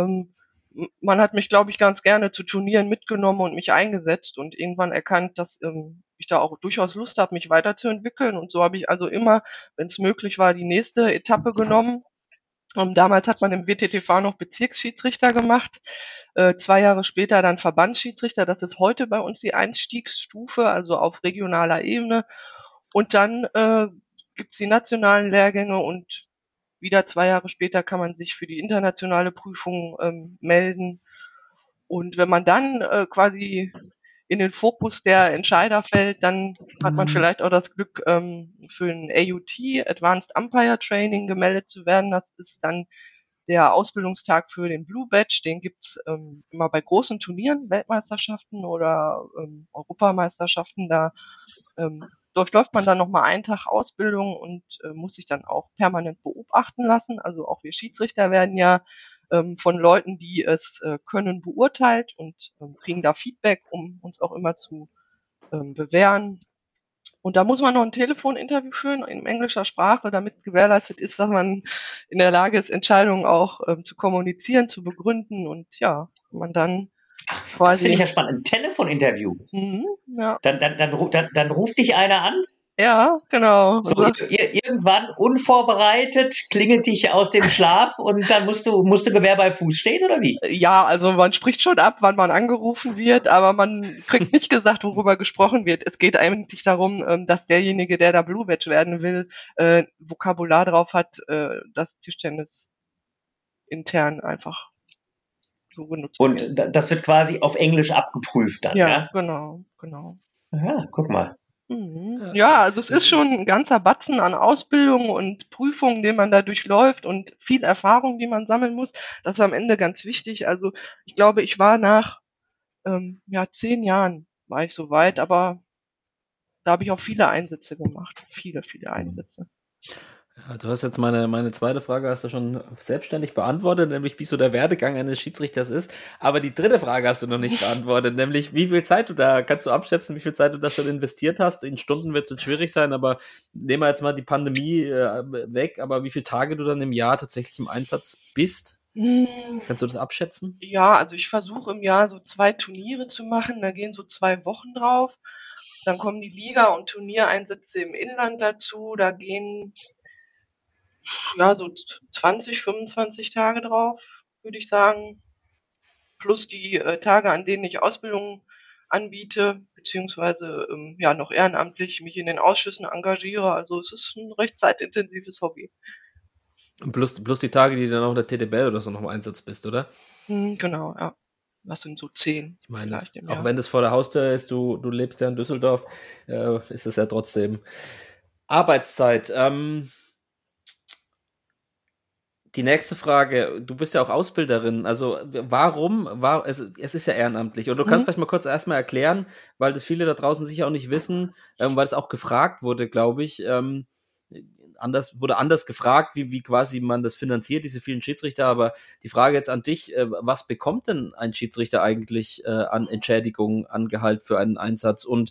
man hat mich, glaube ich, ganz gerne zu Turnieren mitgenommen und mich eingesetzt und irgendwann erkannt, dass ich da auch durchaus Lust habe, mich weiterzuentwickeln. Und so habe ich also immer, wenn es möglich war, die nächste Etappe genommen. Damals hat man im WTTV noch Bezirksschiedsrichter gemacht. 2 Jahre später dann Verbandsschiedsrichter. Das ist heute bei uns die Einstiegsstufe, also auf regionaler Ebene. Und dann gibt's die nationalen Lehrgänge und wieder 2 Jahre später kann man sich für die internationale Prüfung melden. Und wenn man dann quasi in den Fokus der Entscheider fällt, dann hat man vielleicht auch das Glück, für ein AUT, Advanced Umpire Training, gemeldet zu werden. Das ist dann der Ausbildungstag für den Blue Badge, den gibt's immer bei großen Turnieren, Weltmeisterschaften oder Europameisterschaften. Da läuft man dann nochmal einen Tag Ausbildung und muss sich dann auch permanent beobachten lassen. Also auch wir Schiedsrichter werden ja von Leuten, die es können, beurteilt und kriegen da Feedback, um uns auch immer zu bewähren. Und da muss man noch ein Telefoninterview führen in englischer Sprache, damit gewährleistet ist, dass man in der Lage ist, Entscheidungen auch zu kommunizieren, zu begründen und ja, man dann Das quasi. finde ich ja spannend. Ein Telefoninterview. Ja. Dann ruft dich einer an. Ja, genau. So, irgendwann unvorbereitet klingelt dich aus dem Schlaf und dann musst du Gewehr bei Fuß stehen, oder wie? Ja, also man spricht schon ab, wann man angerufen wird, aber man kriegt nicht gesagt, worüber gesprochen wird. Es geht eigentlich darum, dass derjenige, der da Blue Badge werden will, Vokabular drauf hat, das Tischtennis intern einfach so genutzt wird. Und das wird quasi auf Englisch abgeprüft dann, ja? Ja, genau. Ja, guck mal. Ja, also es ist schon ein ganzer Batzen an Ausbildung und Prüfungen, den man da durchläuft und viel Erfahrung, die man sammeln muss. Das ist am Ende ganz wichtig. Also ich glaube, ich war nach 10 Jahren war ich so weit, aber da habe ich auch viele Einsätze gemacht. Viele Einsätze. Ja, du hast jetzt meine zweite Frage hast du schon selbstständig beantwortet, nämlich wie so der Werdegang eines Schiedsrichters ist. Aber die dritte Frage hast du noch nicht beantwortet, nämlich wie viel Zeit kannst du abschätzen, wie viel Zeit du da schon investiert hast? In Stunden wird es jetzt schwierig sein, aber nehmen wir jetzt mal die Pandemie weg, aber wie viele Tage du dann im Jahr tatsächlich im Einsatz bist? Kannst du das abschätzen? Ja, also ich versuche im Jahr so 2 Turniere zu machen, da gehen so 2 Wochen drauf. Dann kommen die Liga- und Turniereinsätze im Inland dazu, da gehen so 20, 25 Tage drauf, würde ich sagen. Plus die Tage, an denen ich Ausbildung anbiete, beziehungsweise noch ehrenamtlich mich in den Ausschüssen engagiere. Also es ist ein recht zeitintensives Hobby. Und plus die Tage, die dann auch in der TTBL oder so noch im Einsatz bist, oder? Genau, ja. Das sind so 10. Ich meine, auch wenn das vor der Haustür ist, du lebst ja in Düsseldorf, ist es ja trotzdem Arbeitszeit. Die nächste Frage, du bist ja auch Ausbilderin, also es ist ja ehrenamtlich und du kannst vielleicht mal kurz erstmal erklären, weil das viele da draußen sicher auch nicht wissen, weil es auch gefragt wurde, glaube ich, anders gefragt, wie quasi man das finanziert, diese vielen Schiedsrichter, aber die Frage jetzt an dich, was bekommt denn ein Schiedsrichter eigentlich an Entschädigung, an Gehalt für einen Einsatz und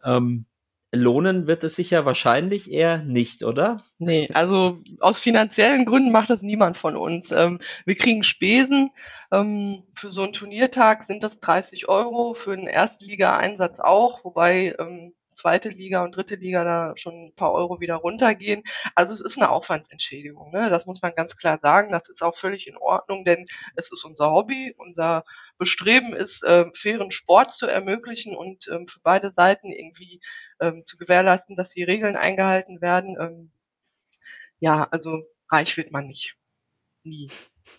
lohnen wird es sich ja wahrscheinlich eher nicht, oder? Nee, also aus finanziellen Gründen macht das niemand von uns. Wir kriegen Spesen. Für so einen Turniertag sind das 30 €, für einen Erstliga-Einsatz auch, wobei zweite Liga und dritte Liga da schon ein paar Euro wieder runtergehen. Also es ist eine Aufwandsentschädigung, ne? Das muss man ganz klar sagen. Das ist auch völlig in Ordnung, denn es ist unser Hobby, unser Bestreben ist, fairen Sport zu ermöglichen und für beide Seiten irgendwie zu gewährleisten, dass die Regeln eingehalten werden. Also reich wird man nicht. Nie.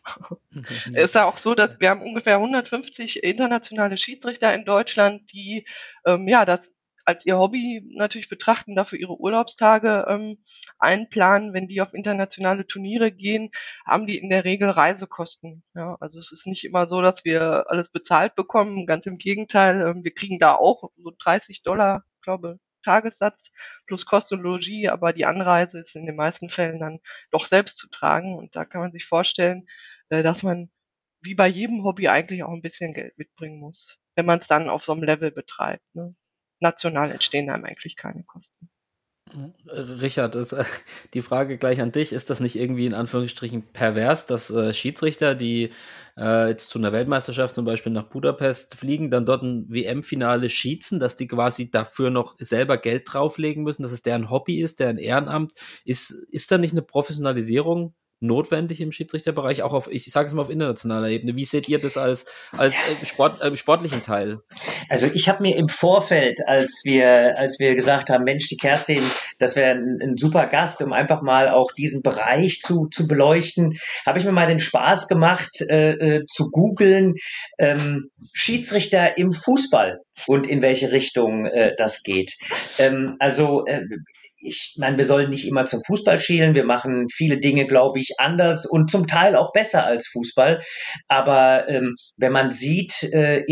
Es ist ja auch so, dass wir haben ungefähr 150 internationale Schiedsrichter in Deutschland, die das als ihr Hobby natürlich betrachten, dafür ihre Urlaubstage einplanen. Wenn die auf internationale Turniere gehen, haben die in der Regel Reisekosten. Ja, also es ist nicht immer so, dass wir alles bezahlt bekommen. Ganz im Gegenteil, wir kriegen da auch so $30, glaube Tagessatz plus Kost und Logis, aber die Anreise ist in den meisten Fällen dann doch selbst zu tragen. Und da kann man sich vorstellen, dass man wie bei jedem Hobby eigentlich auch ein bisschen Geld mitbringen muss, wenn man es dann auf so einem Level betreibt. Ne? National entstehen einem eigentlich keine Kosten. Richard, die Frage gleich an dich, ist das nicht irgendwie in Anführungsstrichen pervers, dass Schiedsrichter, die jetzt zu einer Weltmeisterschaft zum Beispiel nach Budapest fliegen, dann dort ein WM-Finale schießen, dass die quasi dafür noch selber Geld drauflegen müssen, dass es deren Hobby ist, deren Ehrenamt? Ist da nicht eine Professionalisierung notwendig im Schiedsrichterbereich, auch ich sage es mal auf internationaler Ebene? Wie seht ihr das als sportlichen Teil? Also ich habe mir im Vorfeld, als wir gesagt haben, Mensch, die Kerstin, das wäre ein super Gast, um einfach mal auch diesen Bereich zu beleuchten, habe ich mir mal den Spaß gemacht, zu googeln, Schiedsrichter im Fußball und in welche Richtung das geht. ich meine, wir sollen nicht immer zum Fußball schielen. Wir machen viele Dinge, glaube ich, anders und zum Teil auch besser als Fußball. Aber wenn man sieht,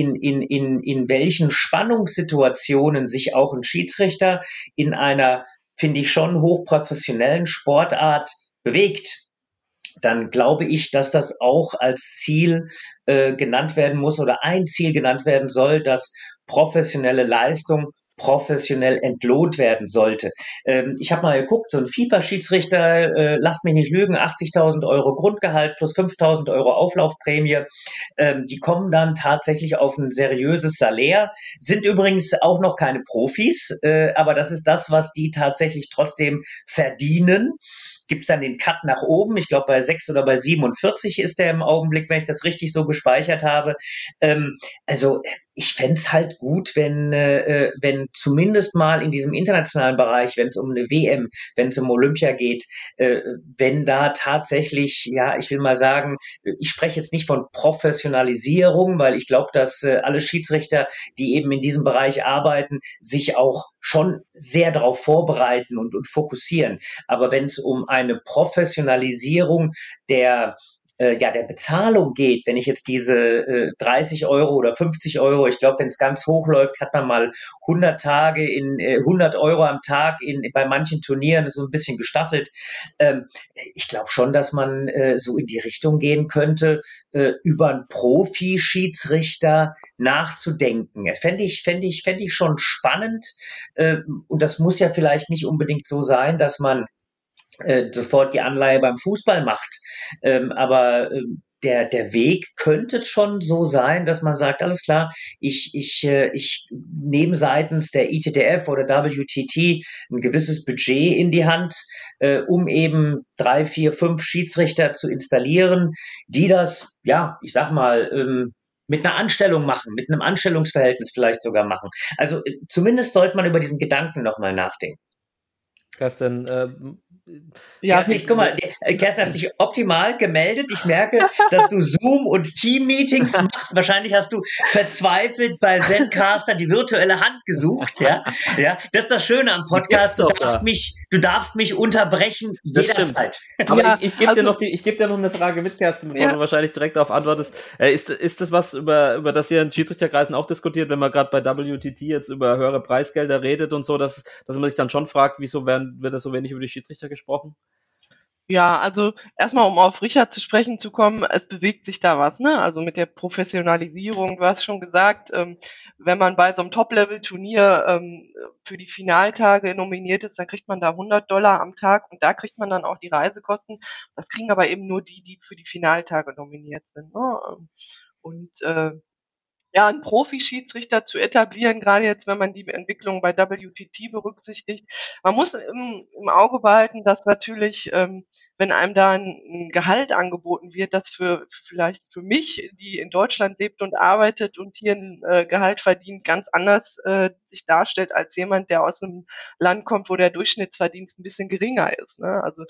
in welchen Spannungssituationen sich auch ein Schiedsrichter in einer, finde ich, schon hochprofessionellen Sportart bewegt, dann glaube ich, dass das auch als Ziel genannt werden muss oder ein Ziel genannt werden soll, dass professionelle Leistung professionell entlohnt werden sollte. Ich habe mal geguckt, so ein FIFA-Schiedsrichter, lasst mich nicht lügen, 80.000 Euro Grundgehalt plus 5.000 Euro Auflaufprämie, die kommen dann tatsächlich auf ein seriöses Salär, sind übrigens auch noch keine Profis, aber das ist das, was die tatsächlich trotzdem verdienen. Gibt's dann den Cut nach oben. Ich glaube, bei 6 oder bei 47 ist der im Augenblick, wenn ich das richtig so gespeichert habe. Also ich fänd's halt gut, wenn zumindest mal in diesem internationalen Bereich, wenn es um eine WM, wenn es um Olympia geht, wenn da tatsächlich, ja, ich will mal sagen, ich spreche jetzt nicht von Professionalisierung, weil ich glaube, dass alle Schiedsrichter, die eben in diesem Bereich arbeiten, sich auch schon sehr darauf vorbereiten und fokussieren. Aber wenn es um eine Professionalisierung der der Bezahlung geht, wenn ich jetzt diese 30 Euro oder 50 Euro, ich glaube, wenn es ganz hoch läuft, hat man mal 100 Tage in 100 Euro am Tag bei manchen Turnieren, das ist so ein bisschen gestaffelt. Ich glaube schon, dass man so in die Richtung gehen könnte, über einen Profi-Schiedsrichter nachzudenken. Das fände ich schon spannend. Und das muss ja vielleicht nicht unbedingt so sein, dass man sofort die Anleihe beim Fußball macht. Aber der Weg könnte schon so sein, dass man sagt, alles klar, ich nehme seitens der ITTF oder WTT ein gewisses Budget in die Hand, um eben 3, 4, 5 Schiedsrichter zu installieren, die das, ja, ich sag mal, mit einer Anstellung machen, mit einem Anstellungsverhältnis vielleicht sogar machen. Also zumindest sollte man über diesen Gedanken nochmal nachdenken. Kerstin, Ja, Guck mal, Kerstin hat sich optimal gemeldet. Ich merke, dass du Zoom- und Team-Meetings machst. Wahrscheinlich hast du verzweifelt bei Zencaster die virtuelle Hand gesucht. Ja, das ist das Schöne am Podcast. Du darfst mich unterbrechen jederzeit. Aber Ja, ich gebe dir noch eine Frage mit, Kerstin, bevor du wahrscheinlich direkt darauf antwortest. Ist das was, über das ihr in Schiedsrichterkreisen auch diskutiert, wenn man gerade bei WTT jetzt über höhere Preisgelder redet und so, dass man sich dann schon fragt, wieso wird das so wenig über die Schiedsrichter gesprochen? Ja, also erstmal, um auf Richard zu sprechen zu kommen, es bewegt sich da was, ne? Also mit der Professionalisierung, du hast schon gesagt, wenn man bei so einem Top-Level-Turnier für die Finaltage nominiert ist, dann kriegt man da $100 am Tag und da kriegt man dann auch die Reisekosten. Das kriegen aber eben nur die, die für die Finaltage nominiert sind, ne? Und ja, einen Profi-Schiedsrichter zu etablieren, gerade jetzt, wenn man die Entwicklung bei WTT berücksichtigt. Man muss im Auge behalten, dass natürlich, wenn einem da ein Gehalt angeboten wird, das vielleicht für mich, die in Deutschland lebt und arbeitet und hier ein Gehalt verdient, ganz anders sich darstellt als jemand, der aus einem Land kommt, wo der Durchschnittsverdienst ein bisschen geringer ist, ne? Also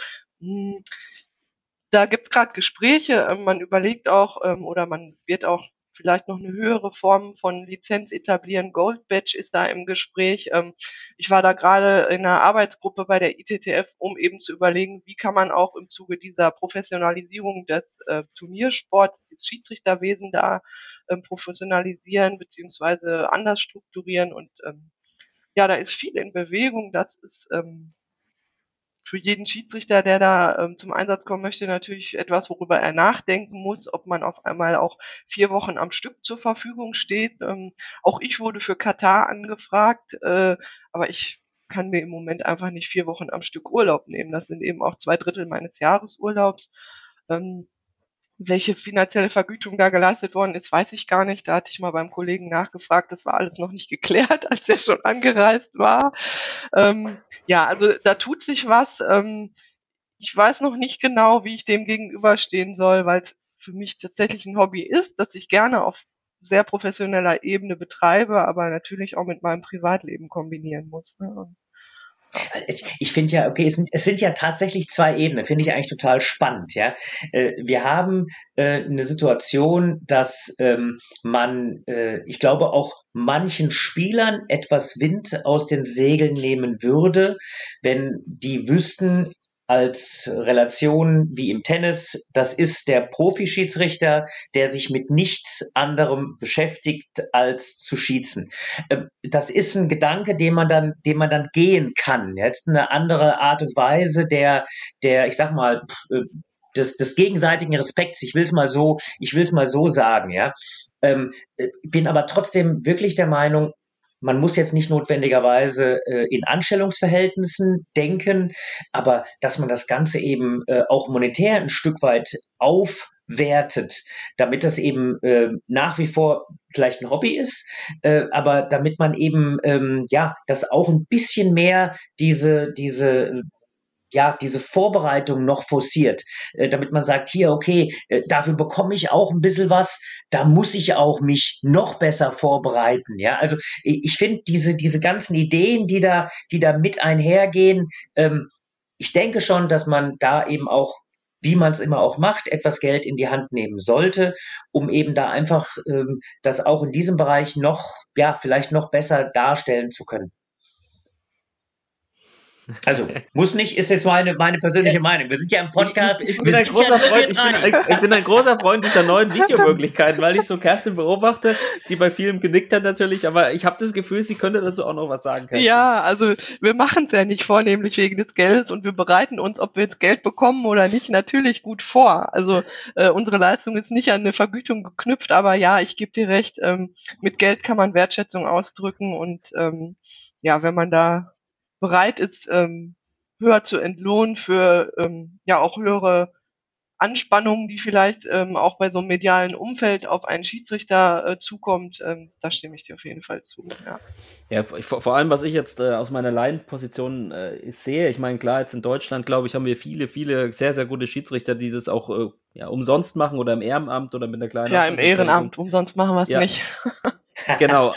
da gibt's gerade Gespräche, man überlegt auch oder man wird auch vielleicht noch eine höhere Form von Lizenz etablieren. Gold Badge ist da im Gespräch. Ich war da gerade in einer Arbeitsgruppe bei der ITTF, um eben zu überlegen, wie kann man auch im Zuge dieser Professionalisierung des Turniersports, des Schiedsrichterwesen da professionalisieren beziehungsweise anders strukturieren. Und ja, da ist viel in Bewegung. Das ist für jeden Schiedsrichter, der da zum Einsatz kommen möchte, natürlich etwas, worüber er nachdenken muss, ob man auf einmal auch 4 Wochen am Stück zur Verfügung steht. Auch ich wurde für Katar angefragt, aber ich kann mir im Moment einfach nicht 4 Wochen am Stück Urlaub nehmen. Das sind eben auch 2/3 meines Jahresurlaubs. Welche finanzielle Vergütung da geleistet worden ist, weiß ich gar nicht. Da hatte ich mal beim Kollegen nachgefragt. Das war alles noch nicht geklärt, als er schon angereist war. Ja, also da tut sich was. Ich weiß noch nicht genau, wie ich dem gegenüberstehen soll, weil es für mich tatsächlich ein Hobby ist, das ich gerne auf sehr professioneller Ebene betreibe, aber natürlich auch mit meinem Privatleben kombinieren muss. Ne? Ich finde ja, okay, es sind ja tatsächlich zwei Ebenen, finde ich eigentlich total spannend, ja. Wir haben eine Situation, dass ich glaube, auch manchen Spielern etwas Wind aus den Segeln nehmen würde, wenn die wüssten, als Relation wie im Tennis, das ist der Profischiedsrichter, der sich mit nichts anderem beschäftigt, als zu schießen. Das ist ein Gedanke, den man dann gehen kann. Jetzt eine andere Art und Weise ich sag mal, des gegenseitigen Respekts. Ich will es mal so sagen, ja. Bin aber trotzdem wirklich der Meinung, man muss jetzt nicht notwendigerweise in Anstellungsverhältnissen denken, aber dass man das Ganze eben auch monetär ein Stück weit aufwertet, damit das eben nach wie vor vielleicht ein Hobby ist, aber damit man eben das auch ein bisschen mehr diese Vorbereitung noch forciert, damit man sagt, hier, okay, dafür bekomme ich auch ein bisschen was, da muss ich auch mich noch besser vorbereiten, ja, also ich finde diese ganzen Ideen, die da mit einhergehen, ich denke schon, dass man da eben auch, wie man es immer auch macht, etwas Geld in die Hand nehmen sollte, um eben da einfach das auch in diesem Bereich vielleicht noch besser darstellen zu können. Also, muss nicht, ist jetzt meine persönliche Meinung. Wir sind ja im Podcast. Ich bin ein großer Freund dieser neuen Videomöglichkeiten, weil ich so Kerstin beobachte, die bei vielem genickt hat natürlich, aber ich habe das Gefühl, sie könnte dazu auch noch was sagen, Kerstin. Ja, also wir machen es ja nicht vornehmlich wegen des Geldes und wir bereiten uns, ob wir jetzt Geld bekommen oder nicht, natürlich gut vor. Also unsere Leistung ist nicht an eine Vergütung geknüpft, aber ja, ich gebe dir recht, mit Geld kann man Wertschätzung ausdrücken und wenn man da bereit ist, höher zu entlohnen für auch höhere Anspannungen, die vielleicht auch bei so einem medialen Umfeld auf einen Schiedsrichter zukommt, da stimme ich dir auf jeden Fall zu. Ja, vor allem, was ich jetzt aus meiner Laienposition sehe, ich meine, klar, jetzt in Deutschland, glaube ich, haben wir viele, viele sehr, sehr gute Schiedsrichter, die das auch umsonst machen oder im Ehrenamt oder mit einer kleinen... Ja, im Ehrenamt, umsonst machen wir es nicht. Genau,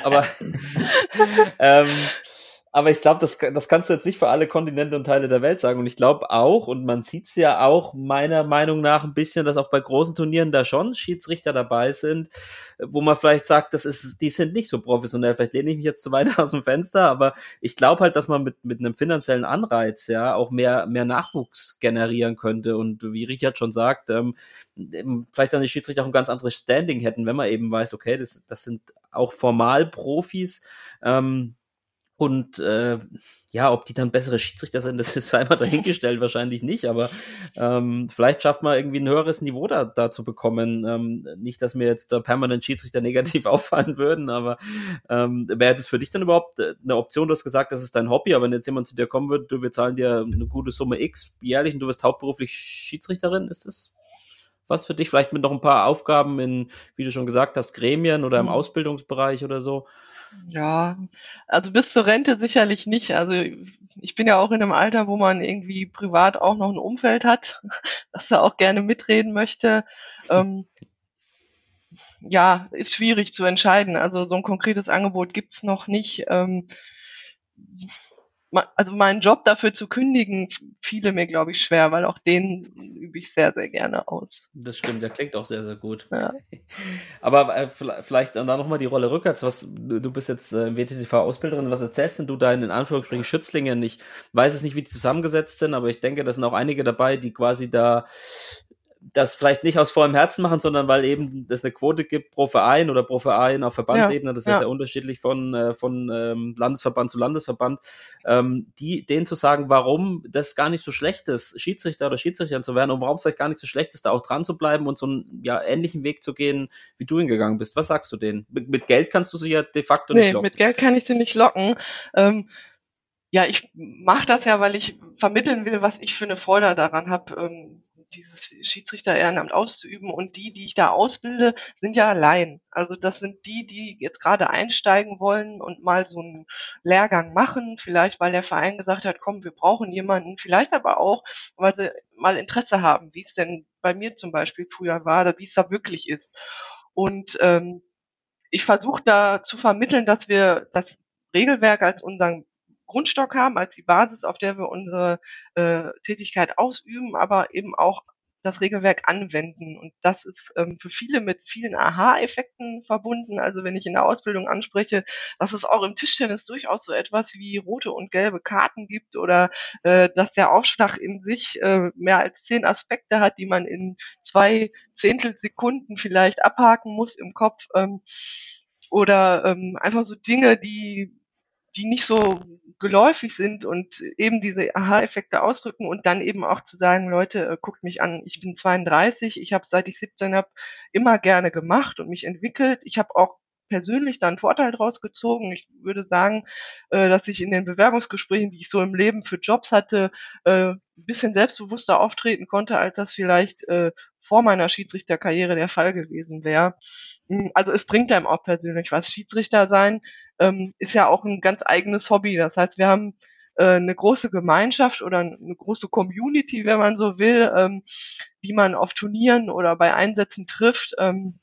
aber ich glaube, das kannst du jetzt nicht für alle Kontinente und Teile der Welt sagen. Und ich glaube auch, und man sieht es ja auch meiner Meinung nach ein bisschen, dass auch bei großen Turnieren da schon Schiedsrichter dabei sind, wo man vielleicht sagt, die sind nicht so professionell. Vielleicht lehne ich mich jetzt zu weit aus dem Fenster, aber ich glaube halt, dass man mit einem finanziellen Anreiz ja auch mehr Nachwuchs generieren könnte. Und wie Richard schon sagt, vielleicht dann die Schiedsrichter auch ein ganz anderes Standing hätten, wenn man eben weiß, okay, das sind auch formal Profis, und ob die dann bessere Schiedsrichter sind, das ist einmal dahingestellt, wahrscheinlich nicht, aber vielleicht schafft man irgendwie ein höheres Niveau da zu bekommen. Nicht, dass mir jetzt da permanent Schiedsrichter negativ auffallen würden, aber wäre das für dich dann überhaupt eine Option? Du hast gesagt, das ist dein Hobby, aber wenn jetzt jemand zu dir kommen würde, wir zahlen dir eine gute Summe X jährlich und du wirst hauptberuflich Schiedsrichterin, ist das was für dich? Vielleicht mit noch ein paar Aufgaben in, wie du schon gesagt hast, Gremien oder im Ausbildungsbereich oder so? Ja, also bis zur Rente sicherlich nicht. Also ich bin ja auch in einem Alter, wo man irgendwie privat auch noch ein Umfeld hat, das da auch gerne mitreden möchte. Ist schwierig zu entscheiden. Also so ein konkretes Angebot gibt's noch nicht. Also meinen Job dafür zu kündigen, fiele mir, glaube ich, schwer, weil auch den übe ich sehr, sehr gerne aus. Das stimmt, der klingt auch sehr, sehr gut. Ja. Aber vielleicht dann nochmal die Rolle rückwärts. Du bist jetzt WTTV-Ausbilderin, was erzählst denn du deinen, in Anführungsstrichen, Schützlingen? Ich weiß es nicht, wie die zusammengesetzt sind, aber ich denke, da sind auch einige dabei, die quasi da das vielleicht nicht aus vollem Herzen machen, sondern weil eben es eine Quote gibt pro Verein oder pro Verein auf Verbandsebene, das ist ja unterschiedlich von Landesverband zu Landesverband, denen zu sagen, warum das gar nicht so schlecht ist, Schiedsrichter oder Schiedsrichterin zu werden und warum es vielleicht gar nicht so schlecht ist, da auch dran zu bleiben und so einen ähnlichen Weg zu gehen, wie du ihn gegangen bist. Was sagst du denen? Mit Geld kannst du sie ja de facto nicht locken. Nee, mit Geld kann ich sie nicht locken. Ich mache das ja, weil ich vermitteln will, was ich für eine Freude daran habe, dieses Schiedsrichter-Ehrenamt auszuüben, und die ich da ausbilde, sind ja Laien. Also das sind die jetzt gerade einsteigen wollen und mal so einen Lehrgang machen, vielleicht weil der Verein gesagt hat, komm, wir brauchen jemanden, vielleicht aber auch, weil sie mal Interesse haben, wie es denn bei mir zum Beispiel früher war, oder wie es da wirklich ist. Und ich versuche da zu vermitteln, dass wir das Regelwerk als unseren Grundstock haben, als die Basis, auf der wir unsere Tätigkeit ausüben, aber eben auch das Regelwerk anwenden. Und das ist für viele mit vielen Aha-Effekten verbunden. Also wenn ich in der Ausbildung anspreche, dass es auch im Tischtennis durchaus so etwas wie rote und gelbe Karten gibt oder dass der Aufschlag in sich mehr als 10 Aspekte hat, die man in 2 Zehntelsekunden vielleicht abhaken muss im Kopf. Oder einfach so Dinge, die nicht so geläufig sind und eben diese Aha-Effekte ausdrücken und dann eben auch zu sagen, Leute, guckt mich an, ich bin 32, ich habe seit ich 17 habe immer gerne gemacht und mich entwickelt. Ich habe auch persönlich da einen Vorteil draus gezogen. Ich würde sagen, dass ich in den Bewerbungsgesprächen, die ich so im Leben für Jobs hatte, ein bisschen selbstbewusster auftreten konnte, als das vielleicht vor meiner Schiedsrichterkarriere der Fall gewesen wäre. Also es bringt einem auch persönlich was. Schiedsrichter sein ist ja auch ein ganz eigenes Hobby. Das heißt, wir haben eine große Gemeinschaft oder eine große Community, wenn man so will, die man auf Turnieren oder bei Einsätzen trifft.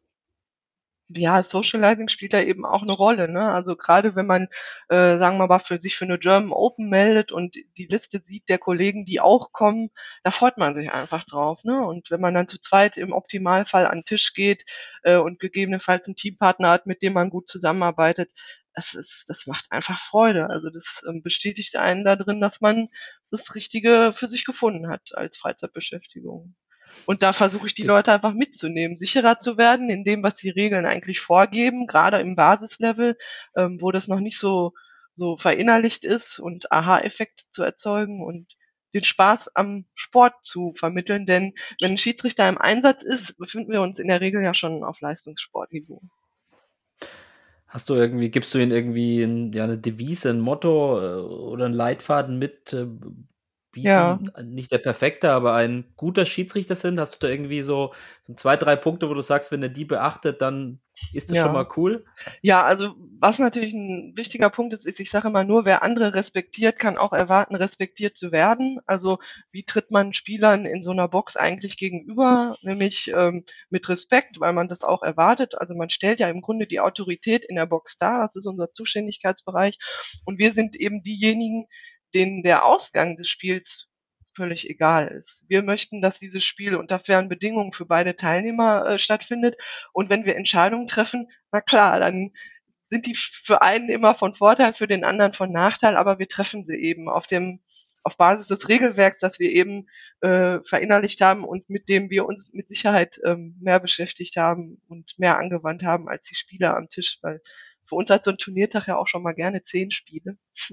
Ja, Socializing spielt da eben auch eine Rolle, ne? Also gerade wenn man, sagen wir mal, sich für eine German Open meldet und die Liste sieht der Kollegen, die auch kommen, da freut man sich einfach drauf, ne? Und wenn man dann zu zweit im Optimalfall an den Tisch geht und gegebenenfalls einen Teampartner hat, mit dem man gut zusammenarbeitet, das macht einfach Freude. Also das bestätigt einen da drin, dass man das Richtige für sich gefunden hat als Freizeitbeschäftigung. Und da versuche ich die Leute einfach mitzunehmen, sicherer zu werden in dem, was die Regeln eigentlich vorgeben, gerade im Basislevel, wo das noch nicht so verinnerlicht ist und Aha-Effekte zu erzeugen und den Spaß am Sport zu vermitteln. Denn wenn ein Schiedsrichter im Einsatz ist, befinden wir uns in der Regel ja schon auf Leistungssportniveau. Gibst du ihnen irgendwie eine Devise, ein Motto oder einen Leitfaden mit, wie Ja. sie nicht der perfekte, aber ein guter Schiedsrichter sind? Hast du da irgendwie so 2, 3 Punkte, wo du sagst, wenn er die beachtet, dann ist das schon mal cool? Ja, also was natürlich ein wichtiger Punkt ist, ich sage immer nur, wer andere respektiert, kann auch erwarten, respektiert zu werden. Also wie tritt man Spielern in so einer Box eigentlich gegenüber? Nämlich mit Respekt, weil man das auch erwartet. Also man stellt ja im Grunde die Autorität in der Box dar, das ist unser Zuständigkeitsbereich. Und wir sind eben diejenigen, denen der Ausgang des Spiels völlig egal ist. Wir möchten, dass dieses Spiel unter fairen Bedingungen für beide Teilnehmer stattfindet. Und wenn wir Entscheidungen treffen, na klar, dann sind die für einen immer von Vorteil, für den anderen von Nachteil, aber wir treffen sie eben auf Basis des Regelwerks, das wir eben verinnerlicht haben und mit dem wir uns mit Sicherheit mehr beschäftigt haben und mehr angewandt haben als die Spieler am Tisch, weil für uns hat so ein Turniertag ja auch schon mal gerne 10 Spiele.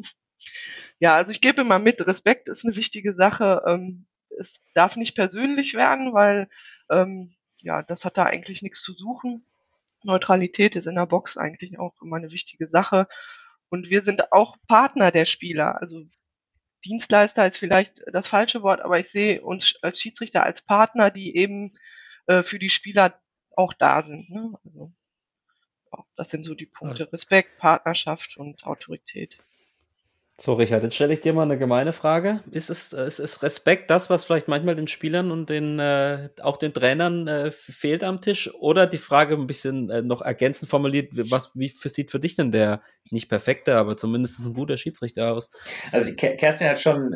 Ja, also ich gebe immer mit, Respekt ist eine wichtige Sache. Es darf nicht persönlich werden, weil ja, das hat da eigentlich nichts zu suchen. Neutralität ist in der Box eigentlich auch immer eine wichtige Sache. Und wir sind auch Partner der Spieler. Also Dienstleister ist vielleicht das falsche Wort, aber ich sehe uns als Schiedsrichter als Partner, die eben für die Spieler auch da sind. Ne? Also ja, das sind so die Punkte. Respekt, Partnerschaft und Autorität. So, Richard, jetzt stelle ich dir mal eine gemeine Frage. Ist Respekt das, was vielleicht manchmal den Spielern und auch den Trainern fehlt am Tisch? Oder die Frage ein bisschen noch ergänzend formuliert, wie sieht für dich denn der nicht perfekte, aber zumindest ein guter Schiedsrichter aus? Also Kerstin hat schon,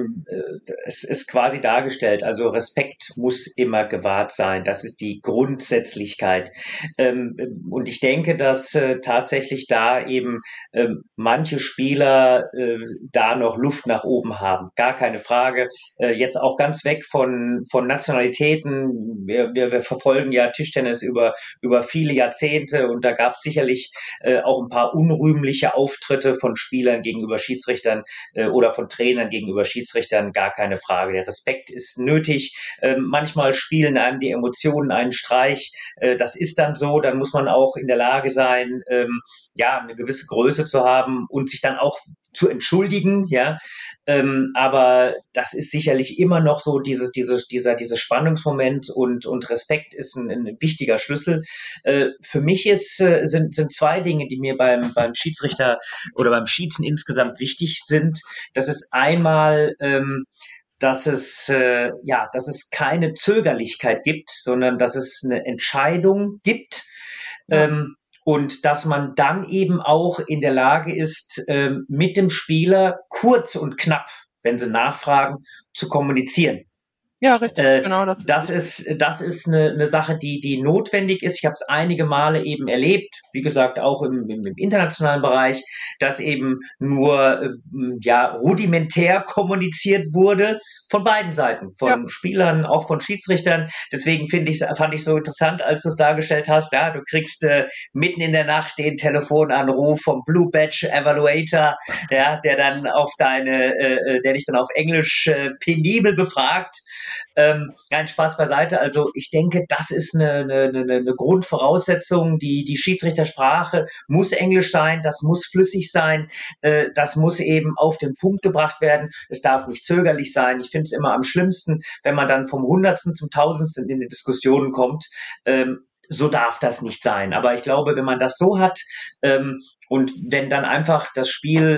es ist quasi dargestellt, also Respekt muss immer gewahrt sein. Das ist die Grundsätzlichkeit. Und ich denke, dass tatsächlich da eben manche Spieler da noch Luft nach oben haben. Gar keine Frage. Jetzt auch ganz weg von Nationalitäten. Wir verfolgen ja Tischtennis über viele Jahrzehnte und da gab es sicherlich auch ein paar unrühmliche Auftritte von Spielern gegenüber Schiedsrichtern oder von Trainern gegenüber Schiedsrichtern. Gar keine Frage. Der Respekt ist nötig. Manchmal spielen einem die Emotionen einen Streich. Das ist dann so. Dann muss man auch in der Lage sein, eine gewisse Größe zu haben und sich dann auch zu entschuldigen, ja, aber das ist sicherlich immer noch so dieses Spannungsmoment und Respekt ist ein wichtiger Schlüssel. Für mich sind 2 Dinge, die mir beim Schiedsrichter oder beim Schießen insgesamt wichtig sind. Das ist einmal, dass es keine Zögerlichkeit gibt, sondern dass es eine Entscheidung gibt. Ja. und dass man dann eben auch in der Lage ist, mit dem Spieler kurz und knapp, wenn sie nachfragen, zu kommunizieren. Ja, richtig, genau. Das ist eine Sache, die notwendig ist. Ich habe es einige Male eben erlebt, wie gesagt, auch im internationalen Bereich, dass eben nur rudimentär kommuniziert wurde von beiden Seiten, von Spielern, auch von Schiedsrichtern. Deswegen fand ich so interessant, als du es dargestellt hast. Ja, du kriegst mitten in der Nacht den Telefonanruf vom Blue Badge Evaluator, ja, der dich dann auf Englisch penibel befragt. Nein, Spaß beiseite. Also ich denke, das ist eine Grundvoraussetzung. Die Schiedsrichtersprache muss Englisch sein, das muss flüssig sein, das muss eben auf den Punkt gebracht werden. Es darf nicht zögerlich sein. Ich finde es immer am schlimmsten, wenn man dann vom Hundertsten zum Tausendsten in die Diskussionen kommt. So darf das nicht sein. Aber ich glaube, wenn man das so hat und wenn dann einfach das Spiel,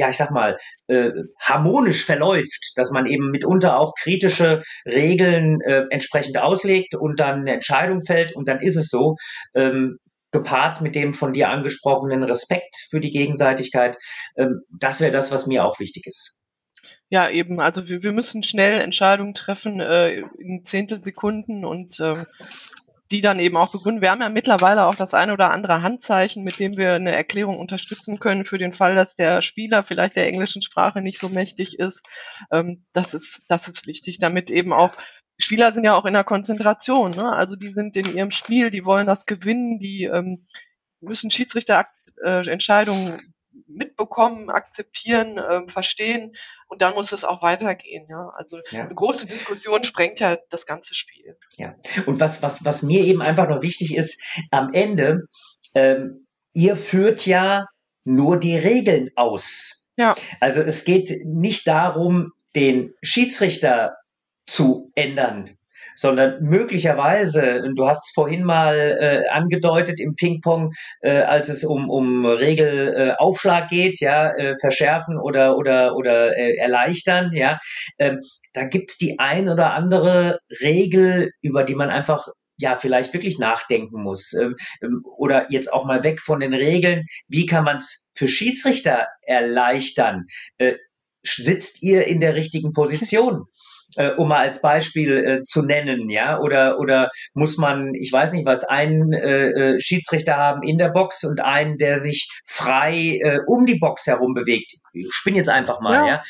harmonisch verläuft, dass man eben mitunter auch kritische Regeln entsprechend auslegt und dann eine Entscheidung fällt und dann ist es so, gepaart mit dem von dir angesprochenen Respekt für die Gegenseitigkeit, das wäre das, was mir auch wichtig ist. Ja, eben. Also wir müssen schnell Entscheidungen treffen in Zehntelsekunden und die dann eben auch begründen. Wir haben ja mittlerweile auch das eine oder andere Handzeichen, mit dem wir eine Erklärung unterstützen können für den Fall, dass der Spieler vielleicht der englischen Sprache nicht so mächtig ist. Das ist wichtig, damit eben auch Spieler sind ja auch in der Konzentration, ne? Also die sind in ihrem Spiel, die wollen das gewinnen, die müssen Schiedsrichterentscheidungen mitbekommen, akzeptieren, verstehen und dann muss es auch weitergehen. Ja? Also eine große Diskussion sprengt ja das ganze Spiel. Ja. Und was mir eben einfach noch wichtig ist, am Ende, ihr führt ja nur die Regeln aus. Ja. Also es geht nicht darum, den Schiedsrichter zu ändern, sondern möglicherweise, du hast es vorhin mal angedeutet im Ping-Pong, als es um Regelaufschlag geht, ja, verschärfen oder erleichtern, ja, da gibt's die ein oder andere Regel, über die man einfach vielleicht wirklich nachdenken muss. Oder jetzt auch mal weg von den Regeln, wie kann man es für Schiedsrichter erleichtern? Sitzt ihr in der richtigen Position? Um mal als Beispiel zu nennen, ja, oder muss man, ich weiß nicht was, einen Schiedsrichter haben in der Box und einen, der sich frei um die Box herum bewegt. Ich spinne jetzt einfach mal,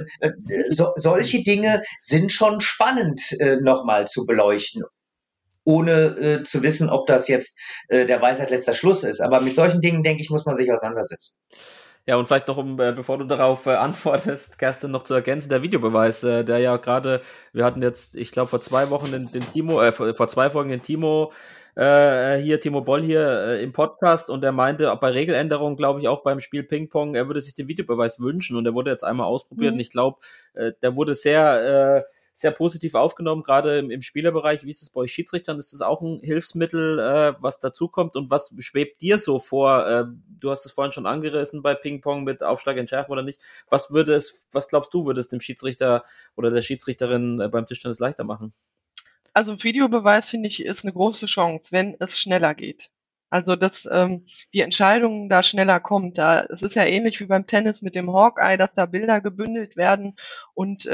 solche Dinge sind schon spannend nochmal zu beleuchten, ohne zu wissen, ob das jetzt der Weisheit letzter Schluss ist. Aber mit solchen Dingen, denke ich, muss man sich auseinandersetzen. Ja, und vielleicht noch, bevor du darauf antwortest, Kerstin, noch zu ergänzen, der Videobeweis, der ja gerade, wir hatten jetzt, ich glaube, vor 2 Wochen den Timo, vor 2 Folgen den Timo Timo Boll hier im Podcast und er meinte, bei Regeländerungen, glaube ich, auch beim Spiel Ping-Pong, er würde sich den Videobeweis wünschen und er wurde jetzt einmal ausprobiert und ich glaube, der wurde sehr positiv aufgenommen, gerade im Spielerbereich. Wie ist es bei euch Schiedsrichtern? Ist das auch ein Hilfsmittel, was dazukommt? Und was schwebt dir so vor? Du hast es vorhin schon angerissen bei Ping-Pong mit Aufschlag entschärfen oder nicht. Was glaubst du, würde es dem Schiedsrichter oder der Schiedsrichterin beim Tischtennis leichter machen? Also Videobeweis, finde ich, ist eine große Chance, wenn es schneller geht. Also, dass die Entscheidung da schneller kommt. Es ist ja ähnlich wie beim Tennis mit dem Hawkeye, dass da Bilder gebündelt werden und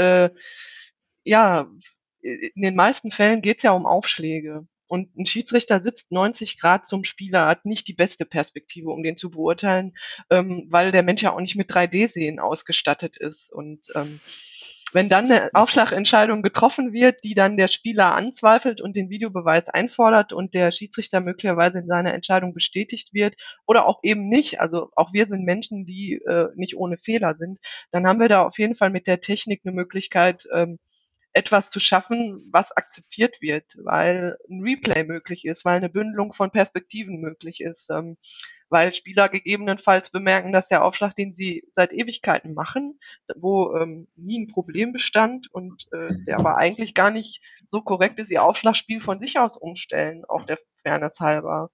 in den meisten Fällen geht es ja um Aufschläge. Und ein Schiedsrichter sitzt 90 Grad zum Spieler, hat nicht die beste Perspektive, um den zu beurteilen, weil der Mensch ja auch nicht mit 3D-Sehen ausgestattet ist. Und wenn dann eine Aufschlagentscheidung getroffen wird, die dann der Spieler anzweifelt und den Videobeweis einfordert und der Schiedsrichter möglicherweise in seiner Entscheidung bestätigt wird oder auch eben nicht, also auch wir sind Menschen, die nicht ohne Fehler sind, dann haben wir da auf jeden Fall mit der Technik eine Möglichkeit, etwas zu schaffen, was akzeptiert wird, weil ein Replay möglich ist, weil eine Bündelung von Perspektiven möglich ist, weil Spieler gegebenenfalls bemerken, dass der Aufschlag, den sie seit Ewigkeiten machen, wo nie ein Problem bestand und der aber eigentlich gar nicht so korrekt ist, ihr Aufschlagspiel von sich aus umstellen, auch der Fairness halber.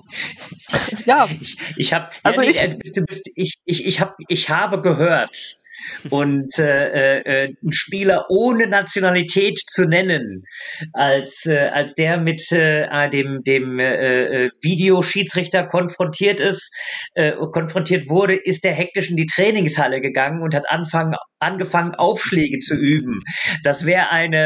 Ich habe gehört, Und einen Spieler ohne Nationalität zu nennen, als der mit dem Videoschiedsrichter konfrontiert wurde, ist der hektisch in die Trainingshalle gegangen und hat angefangen, Aufschläge zu üben. Das wäre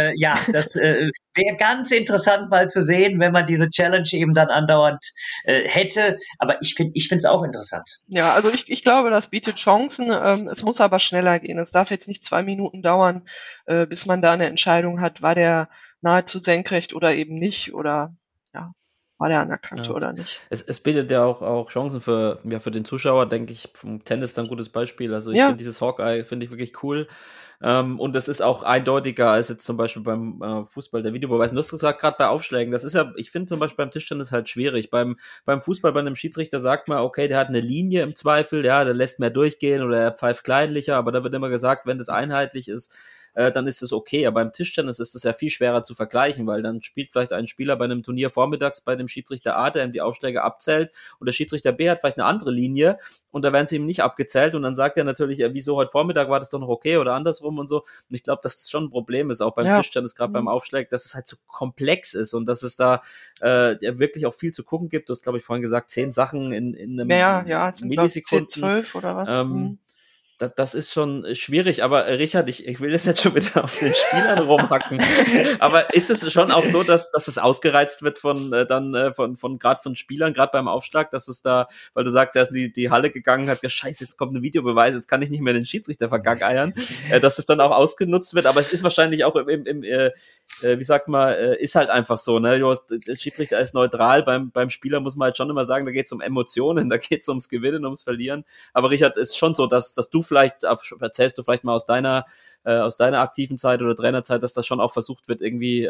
wäre ganz interessant mal zu sehen, wenn man diese Challenge eben dann andauernd hätte. Aber ich finde es auch interessant. Ja, also ich glaube, das bietet Chancen. Es muss aber schneller gehen. Es darf jetzt nicht 2 Minuten dauern, bis man da eine Entscheidung hat, war der nahezu senkrecht oder eben nicht, oder ja, war der an der Kante oder nicht. Es bietet ja auch Chancen für den Zuschauer, denke ich. Vom Tennis dann ein gutes Beispiel. Also ich finde dieses Hawkeye finde ich wirklich cool. Und es ist auch eindeutiger als jetzt zum Beispiel beim Fußball der Videobeweis. Du hast gesagt, gerade bei Aufschlägen, das ist ja, ich finde zum Beispiel beim Tischtennis halt schwierig. Beim Fußball, bei einem Schiedsrichter sagt man, okay, der hat eine Linie im Zweifel, ja, der lässt mehr durchgehen oder er pfeift kleinlicher, aber da wird immer gesagt, wenn das einheitlich ist, dann ist es okay. Aber beim Tischtennis ist es ja viel schwerer zu vergleichen, weil dann spielt vielleicht ein Spieler bei einem Turnier vormittags bei dem Schiedsrichter A, der ihm die Aufschläge abzählt, und der Schiedsrichter B hat vielleicht eine andere Linie und da werden sie ihm nicht abgezählt und dann sagt er natürlich, wieso heute Vormittag war das doch noch okay oder andersrum und so. Und ich glaube, dass das schon ein Problem ist, auch beim Tischtennis, gerade beim Aufschlag, dass es halt so komplex ist und dass es da wirklich auch viel zu gucken gibt. Du hast, glaube ich, vorhin gesagt, 10 Sachen in einem Millisekunden. 10, 12 oder was? Das ist schon schwierig, aber Richard, ich will das jetzt schon wieder auf den Spielern rumhacken. Aber ist es schon auch so, dass es ausgereizt wird von Spielern, gerade beim Aufschlag, dass es da, weil du sagst, er ist in die Halle gegangen, hat gesagt, scheiße, jetzt kommt ein Videobeweis, jetzt kann ich nicht mehr den Schiedsrichter vergackeiern, dass es dann auch ausgenutzt wird, aber es ist wahrscheinlich auch wie sagt man, ist halt einfach so, ne? Der Schiedsrichter ist neutral, beim Spieler muss man halt schon immer sagen, da geht es um Emotionen, da geht es ums Gewinnen, ums Verlieren. Aber Richard, ist schon so, dass du vielleicht, erzählst du vielleicht mal aus deiner aktiven Zeit oder Trainerzeit, dass das schon auch versucht wird, irgendwie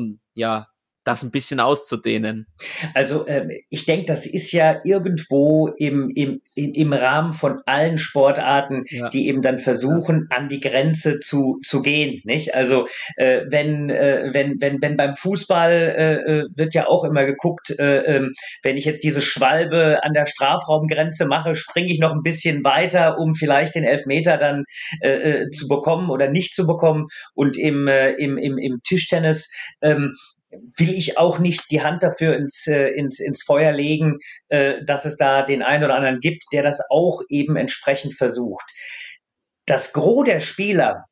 das ein bisschen auszudehnen. Also ich denke, das ist ja irgendwo im Rahmen von allen Sportarten, die eben dann versuchen, an die Grenze zu gehen, nicht? Also wenn beim Fußball wird ja auch immer geguckt, wenn ich jetzt diese Schwalbe an der Strafraumgrenze mache, springe ich noch ein bisschen weiter, um vielleicht den Elfmeter dann zu bekommen oder nicht zu bekommen. Und im Tischtennis will ich auch nicht die Hand dafür ins Feuer legen, dass es da den einen oder anderen gibt, der das auch eben entsprechend versucht. Das Gros der Spieler,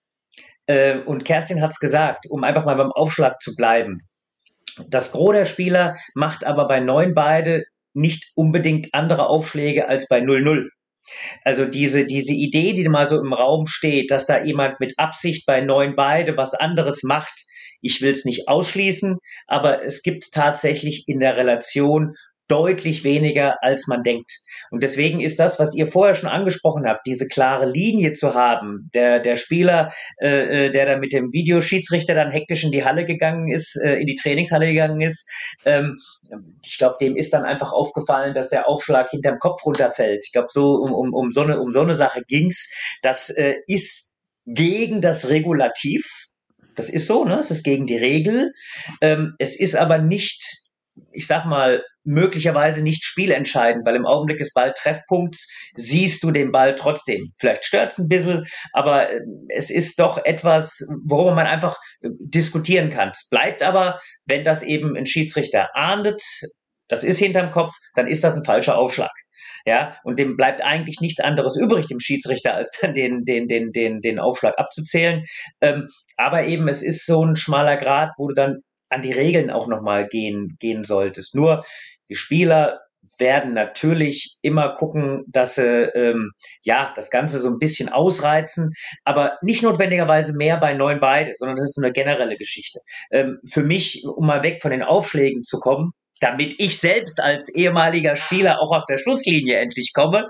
und Kerstin hat's gesagt, um einfach mal beim Aufschlag zu bleiben, das Gros der Spieler macht aber bei 9 beide nicht unbedingt andere Aufschläge als bei 0-0. Also diese Idee, die mal so im Raum steht, dass da jemand mit Absicht bei 9 beide was anderes macht, ich will es nicht ausschließen, aber es gibt tatsächlich in der Relation deutlich weniger, als man denkt. Und deswegen ist das, was ihr vorher schon angesprochen habt, diese klare Linie zu haben, der Spieler, der da mit dem Videoschiedsrichter dann hektisch in die Halle gegangen ist, in die Trainingshalle gegangen ist, ich glaube, dem ist dann einfach aufgefallen, dass der Aufschlag hinterm Kopf runterfällt. Ich glaube, so um so eine Sache ging's. Das ist gegen das Regulativ. Das ist so, ne? Es ist gegen die Regel. Es ist aber nicht, ich sag mal, möglicherweise nicht spielentscheidend, weil im Augenblick des Balltreffpunkts siehst du den Ball trotzdem. Vielleicht stört's ein bisschen, aber es ist doch etwas, worüber man einfach diskutieren kann. Es bleibt aber, wenn das eben ein Schiedsrichter ahndet, das ist hinterm Kopf, dann ist das ein falscher Aufschlag. Ja, und dem bleibt eigentlich nichts anderes übrig, dem Schiedsrichter, als dann den Aufschlag abzuzählen. Aber eben, es ist so ein schmaler Grat, wo du dann an die Regeln auch nochmal gehen solltest. Nur die Spieler werden natürlich immer gucken, dass sie das Ganze so ein bisschen ausreizen, aber nicht notwendigerweise mehr bei 9 beide, sondern das ist so eine generelle Geschichte. Für mich, um mal weg von den Aufschlägen zu kommen, damit ich selbst als ehemaliger Spieler auch auf der Schusslinie endlich komme.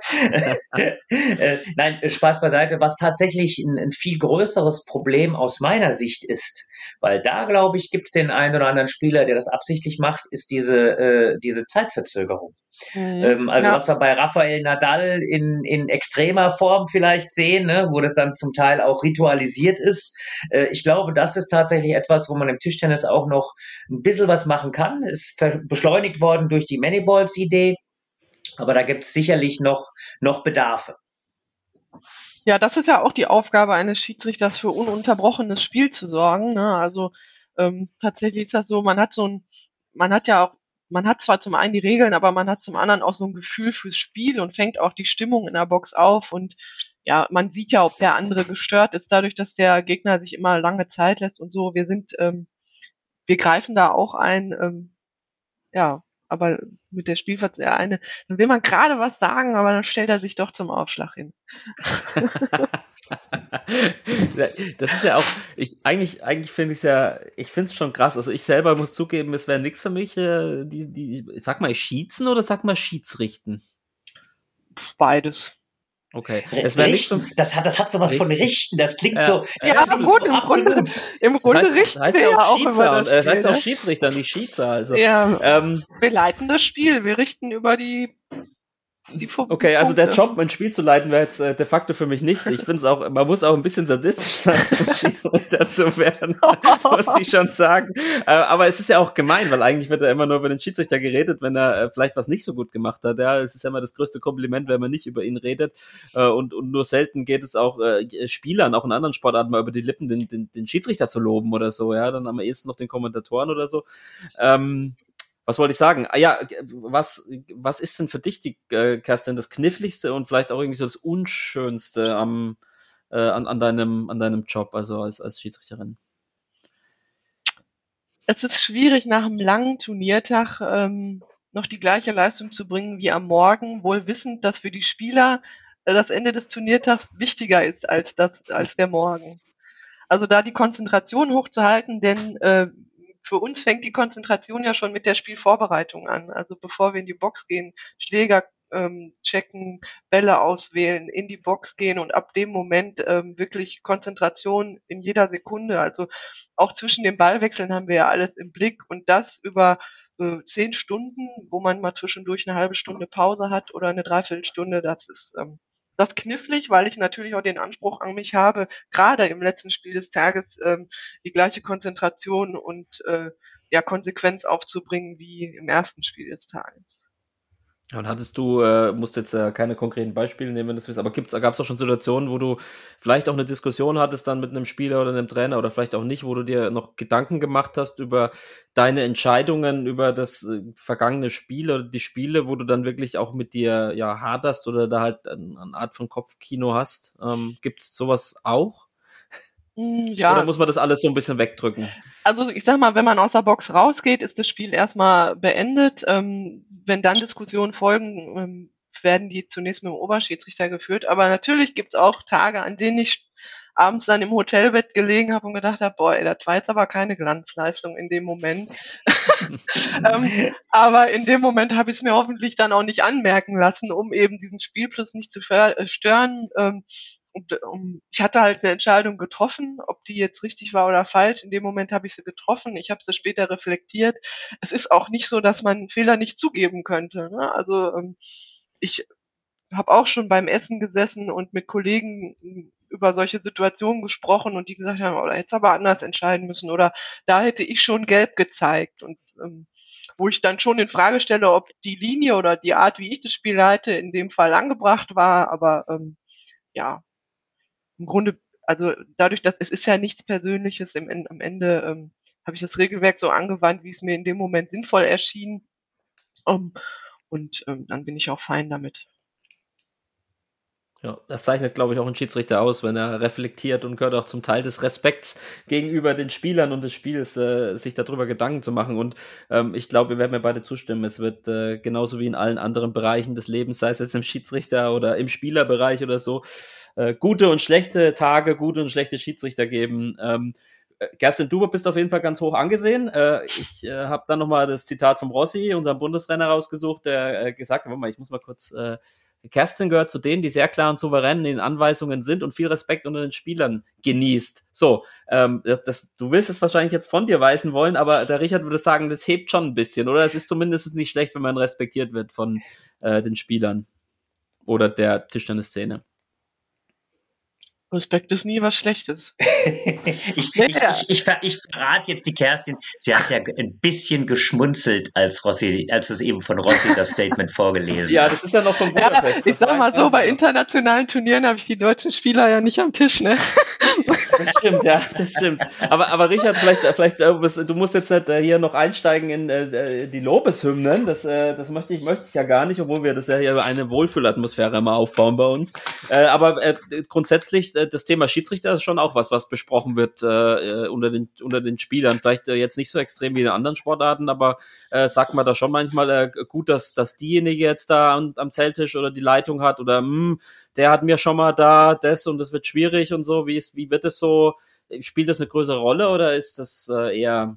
Nein, Spaß beiseite, was tatsächlich ein viel größeres Problem aus meiner Sicht ist, weil da, glaube ich, gibt es den einen oder anderen Spieler, der das absichtlich macht, ist diese Zeitverzögerung. Was wir bei Rafael Nadal in extremer Form vielleicht sehen, ne, wo das dann zum Teil auch ritualisiert ist. Ich glaube, das ist tatsächlich etwas, wo man im Tischtennis auch noch ein bisschen was machen kann. Ist beschleunigt worden durch die Manyballs-Idee, aber da gibt es sicherlich noch Bedarfe. Ja, das ist ja auch die Aufgabe eines Schiedsrichters, für ununterbrochenes Spiel zu sorgen, ne? Also, tatsächlich ist das so, man hat ja auch man hat zwar zum einen die Regeln, aber man hat zum anderen auch so ein Gefühl fürs Spiel und fängt auch die Stimmung in der Box auf und ja, man sieht ja, ob der andere gestört ist, dadurch, dass der Gegner sich immer lange Zeit lässt und so. Wir greifen da auch ein, ja, aber mit der Spielverzerr dann will man gerade was sagen, aber dann stellt er sich doch zum Aufschlag hin. Das ist ja auch, eigentlich finde ich es ja, ich finde es schon krass. Also ich selber muss zugeben, es wäre nichts für mich, sag mal schießen oder sag mal Schiedsrichten? Beides. Okay. Es wäre nichts Richten, das hat sowas von Richten, das klingt so. Ja, das gut, absolut. im Grunde das richten heißt wir ja auch über Schiedsrichter, das und Spiel. es heißt auch Ne? Schiedsrichter, nicht Schiedsrichter. Also, Ja, wir leiten das Spiel, wir richten über die okay, also der Punkte. Job, ein Spiel zu leiten, wäre jetzt de facto für mich nichts. Ich finde es auch, man muss auch ein bisschen sadistisch sein, um Schiedsrichter zu werden, muss ich schon sagen. Aber es ist ja auch gemein, weil eigentlich wird ja immer nur über den Schiedsrichter geredet, wenn er vielleicht was nicht so gut gemacht hat. Ja, es ist ja immer das größte Kompliment, wenn man nicht über ihn redet. Und nur selten geht es auch Spielern, auch in anderen Sportarten, mal über die Lippen, den Schiedsrichter zu loben oder so. Ja, dann am ehesten noch den Kommentatoren oder so. Was wollte ich sagen? Ja, was ist denn für dich, Kerstin, das Kniffligste und vielleicht auch irgendwie so das Unschönste an deinem Job, also als Schiedsrichterin? Es ist schwierig, nach einem langen Turniertag noch die gleiche Leistung zu bringen wie am Morgen, wohl wissend, dass für die Spieler das Ende des Turniertags wichtiger ist als der Morgen. Also da die Konzentration hochzuhalten, denn für uns fängt die Konzentration ja schon mit der Spielvorbereitung an. Also bevor wir in die Box gehen, Schläger checken, Bälle auswählen, in die Box gehen und ab dem Moment wirklich Konzentration in jeder Sekunde. Also auch zwischen den Ballwechseln haben wir ja alles im Blick und das über 10 Stunden, wo man mal zwischendurch eine halbe Stunde Pause hat oder eine Dreiviertelstunde, das ist das knifflig, weil ich natürlich auch den Anspruch an mich habe, gerade im letzten Spiel des Tages die gleiche Konzentration und Konsequenz aufzubringen wie im ersten Spiel des Tages. Und musst jetzt keine konkreten Beispiele nehmen, wenn du es willst, aber gab es auch schon Situationen, wo du vielleicht auch eine Diskussion hattest dann mit einem Spieler oder einem Trainer oder vielleicht auch nicht, wo du dir noch Gedanken gemacht hast über deine Entscheidungen, über das vergangene Spiel oder die Spiele, wo du dann wirklich auch mit dir haderst oder da halt eine Art von Kopfkino hast? Gibt's sowas auch? Ja. Oder muss man das alles so ein bisschen wegdrücken? Also ich sag mal, wenn man aus der Box rausgeht, ist das Spiel erstmal beendet. Wenn dann Diskussionen folgen, werden die zunächst mit dem Oberschiedsrichter geführt. Aber natürlich gibt's auch Tage, an denen ich abends dann im Hotelbett gelegen habe und gedacht habe, boah, ey, das war jetzt aber keine Glanzleistung in dem Moment. Aber in dem Moment habe ich es mir hoffentlich dann auch nicht anmerken lassen, um eben diesen Spielfluss nicht zu stören. Ich hatte halt eine Entscheidung getroffen, ob die jetzt richtig war oder falsch. In dem Moment habe ich sie getroffen. Ich habe sie später reflektiert. Es ist auch nicht so, dass man einen Fehler nicht zugeben könnte. Ne? Also ich habe auch schon beim Essen gesessen und mit Kollegen über solche Situationen gesprochen und die gesagt haben, oder hätte aber anders entscheiden müssen oder da hätte ich schon gelb gezeigt und wo ich dann schon in Frage stelle, ob die Linie oder die Art, wie ich das Spiel leite, in dem Fall angebracht war, aber im Grunde, also dadurch, dass es ist ja nichts Persönliches, am Ende habe ich das Regelwerk so angewandt, wie es mir in dem Moment sinnvoll erschien und dann bin ich auch fein damit. Ja, das zeichnet, glaube ich, auch einen Schiedsrichter aus, wenn er reflektiert und gehört auch zum Teil des Respekts gegenüber den Spielern und des Spiels, sich darüber Gedanken zu machen. Und ich glaube, wir werden mir beide zustimmen. Es wird genauso wie in allen anderen Bereichen des Lebens, sei es jetzt im Schiedsrichter oder im Spielerbereich oder so, gute und schlechte Tage, gute und schlechte Schiedsrichter geben. Kerstin, du bist auf jeden Fall ganz hoch angesehen. Ich habe dann nochmal das Zitat vom Rossi, unserem Bundesrenner, rausgesucht, der gesagt hat, warte mal, ich muss mal kurz... Kerstin gehört zu denen, die sehr klar und souverän in den Anweisungen sind und viel Respekt unter den Spielern genießt. So, du willst es wahrscheinlich jetzt von dir weisen wollen, aber der Richard würde sagen, das hebt schon ein bisschen, oder? Es ist zumindest nicht schlecht, wenn man respektiert wird von den Spielern oder der Tischtennisszene. Respekt ist nie was Schlechtes. Ich verrate jetzt die Kerstin, sie hat ja ein bisschen geschmunzelt, als es eben von Rossi das Statement vorgelesen Ja, hat. das ist ja noch von Ja, Budapest. ich sag mal so, bei internationalen Turnieren habe ich die deutschen Spieler ja nicht am Tisch, ne? Das stimmt, ja, das stimmt. Aber Richard, vielleicht du musst jetzt nicht hier noch einsteigen in die Lobeshymnen. Das möchte ich ja gar nicht, obwohl wir das ja hier eine Wohlfühlatmosphäre immer aufbauen bei uns. Aber grundsätzlich das Thema Schiedsrichter ist schon auch was besprochen wird unter den Spielern. Vielleicht jetzt nicht so extrem wie in anderen Sportarten, aber sagt man da schon manchmal gut, dass diejenige jetzt da am Zelttisch oder die Leitung hat oder der hat mir schon mal da das und das wird schwierig und so. Wie wird es so? Spielt das eine größere Rolle oder ist das eher...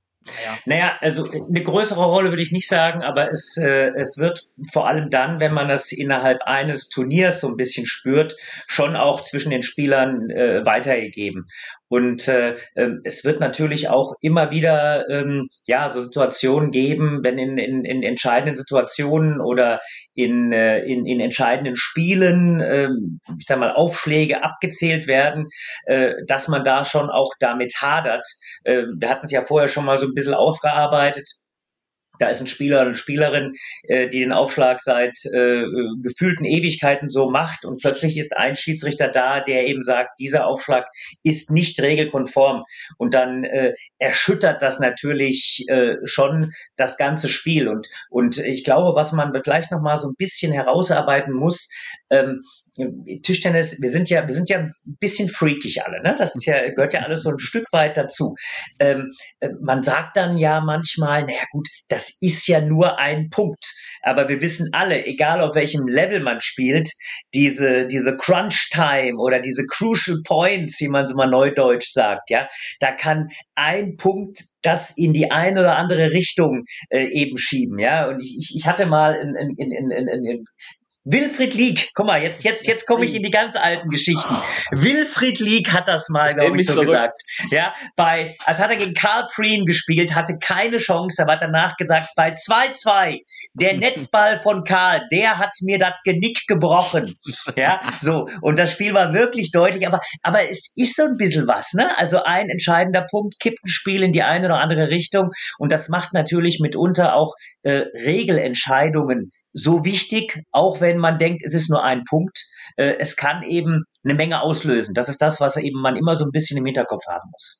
Naja, also eine größere Rolle würde ich nicht sagen, aber es wird vor allem dann, wenn man das innerhalb eines Turniers so ein bisschen spürt, schon auch zwischen den Spielern weitergegeben. Und es wird natürlich auch immer wieder so Situationen geben, wenn in entscheidenden Situationen oder in entscheidenden Spielen, ich sag mal, Aufschläge abgezählt werden, dass man da schon auch damit hadert. Wir hatten es ja vorher schon mal so ein bisschen aufgearbeitet. Da ist ein Spieler oder eine Spielerin, die den Aufschlag seit gefühlten Ewigkeiten so macht und plötzlich ist ein Schiedsrichter da, der eben sagt, dieser Aufschlag ist nicht regelkonform und dann erschüttert das natürlich schon das ganze Spiel und ich glaube, was man vielleicht noch mal so ein bisschen herausarbeiten muss, Tischtennis, wir sind ja ein bisschen freakig alle, ne? Das ist ja, gehört ja alles so ein Stück weit dazu. Man sagt dann ja manchmal, naja gut, das ist ja nur ein Punkt. Aber wir wissen alle, egal auf welchem Level man spielt, diese Crunch Time oder diese Crucial Points, wie man so mal neudeutsch sagt, ja, da kann ein Punkt das in die eine oder andere Richtung eben schieben, ja. Und ich hatte mal in Wilfried Lieck, guck mal, jetzt komme ich in die ganz alten Geschichten. Wilfried Lieck hat das mal, glaube ich, so gesagt. Ja, als hat er gegen Carl Preen gespielt, hatte keine Chance, aber hat danach gesagt, bei 2-2, der Netzball von Karl, der hat mir das Genick gebrochen. Ja, so. Und das Spiel war wirklich deutlich, aber es ist so ein bisschen was, ne? Also ein entscheidender Punkt, kippt ein Spiel in die eine oder andere Richtung. Und das macht natürlich mitunter auch Regelentscheidungen so wichtig, auch wenn man denkt, es ist nur ein Punkt. Es kann eben eine Menge auslösen. Das ist das, was eben man immer so ein bisschen im Hinterkopf haben muss.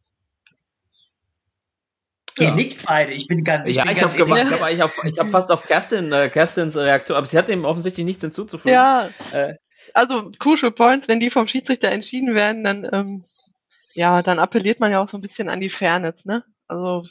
Ja. Ihr nickt beide, ich habe fast auf Kerstins Reaktion, aber sie hat eben offensichtlich nichts hinzuzufügen. Ja, also Crucial Points, wenn die vom Schiedsrichter entschieden werden, dann appelliert man ja auch so ein bisschen an die Fairness, ne? Also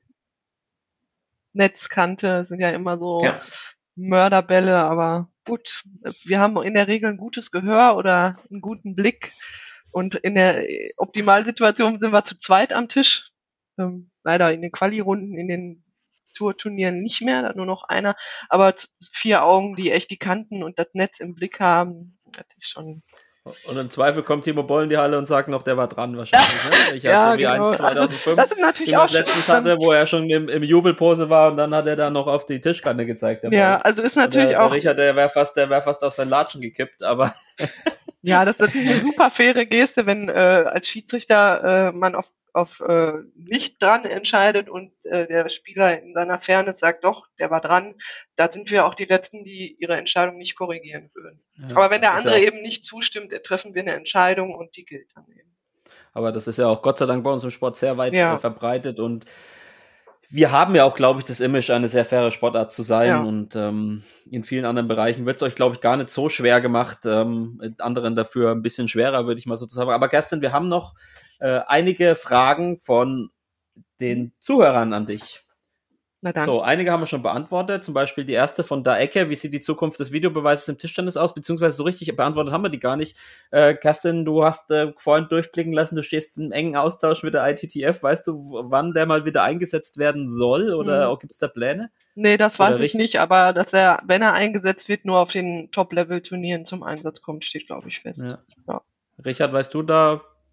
Netzkante sind ja immer so Mörderbälle, aber gut, wir haben in der Regel ein gutes Gehör oder einen guten Blick und in der Optimalsituation sind wir zu zweit am Tisch. Leider in den Quali-Runden, in den Tourturnieren nicht mehr, da nur noch einer, aber 4 Augen, die echt die Kanten und das Netz im Blick haben, das ist schon... Und im Zweifel kommt Timo Boll in die Halle und sagt noch, der war dran wahrscheinlich. Ne? Ich hatte so wie genau. 2005, das ist natürlich auch letztens hatte, wo er schon im Jubelpose war und dann hat er da noch auf die Tischkante gezeigt. Ja, also ist natürlich auch... Der Richard, der wäre fast aus seinen Latschen gekippt, aber... Ja, das ist natürlich eine super faire Geste, wenn als Schiedsrichter man auf nicht dran entscheidet und der Spieler in seiner Fairness sagt, doch, der war dran. Da sind wir auch die Letzten, die ihre Entscheidung nicht korrigieren würden. Ja, aber wenn der andere eben nicht zustimmt, treffen wir eine Entscheidung und die gilt dann eben. Aber das ist ja auch Gott sei Dank bei uns im Sport sehr weit verbreitet und wir haben ja auch, glaube ich, das Image, eine sehr faire Sportart zu sein und in vielen anderen Bereichen wird es euch, glaube ich, gar nicht so schwer gemacht, mit anderen dafür ein bisschen schwerer, würde ich mal so sagen. Aber Kerstin, wir haben noch einige Fragen von den Zuhörern an dich. Na dann. So, einige haben wir schon beantwortet, zum Beispiel die erste von Da Ecke, wie sieht die Zukunft des Videobeweises im Tischtennis aus, beziehungsweise so richtig beantwortet haben wir die gar nicht. Kerstin, du hast vorhin durchblicken lassen, du stehst in engen Austausch mit der ITTF, weißt du, wann der mal wieder eingesetzt werden soll oder gibt es da Pläne? Nee, das weiß ich nicht, aber dass er, wenn er eingesetzt wird, nur auf den Top-Level-Turnieren zum Einsatz kommt, steht, glaube ich, fest. Ja. Richard, weißt du da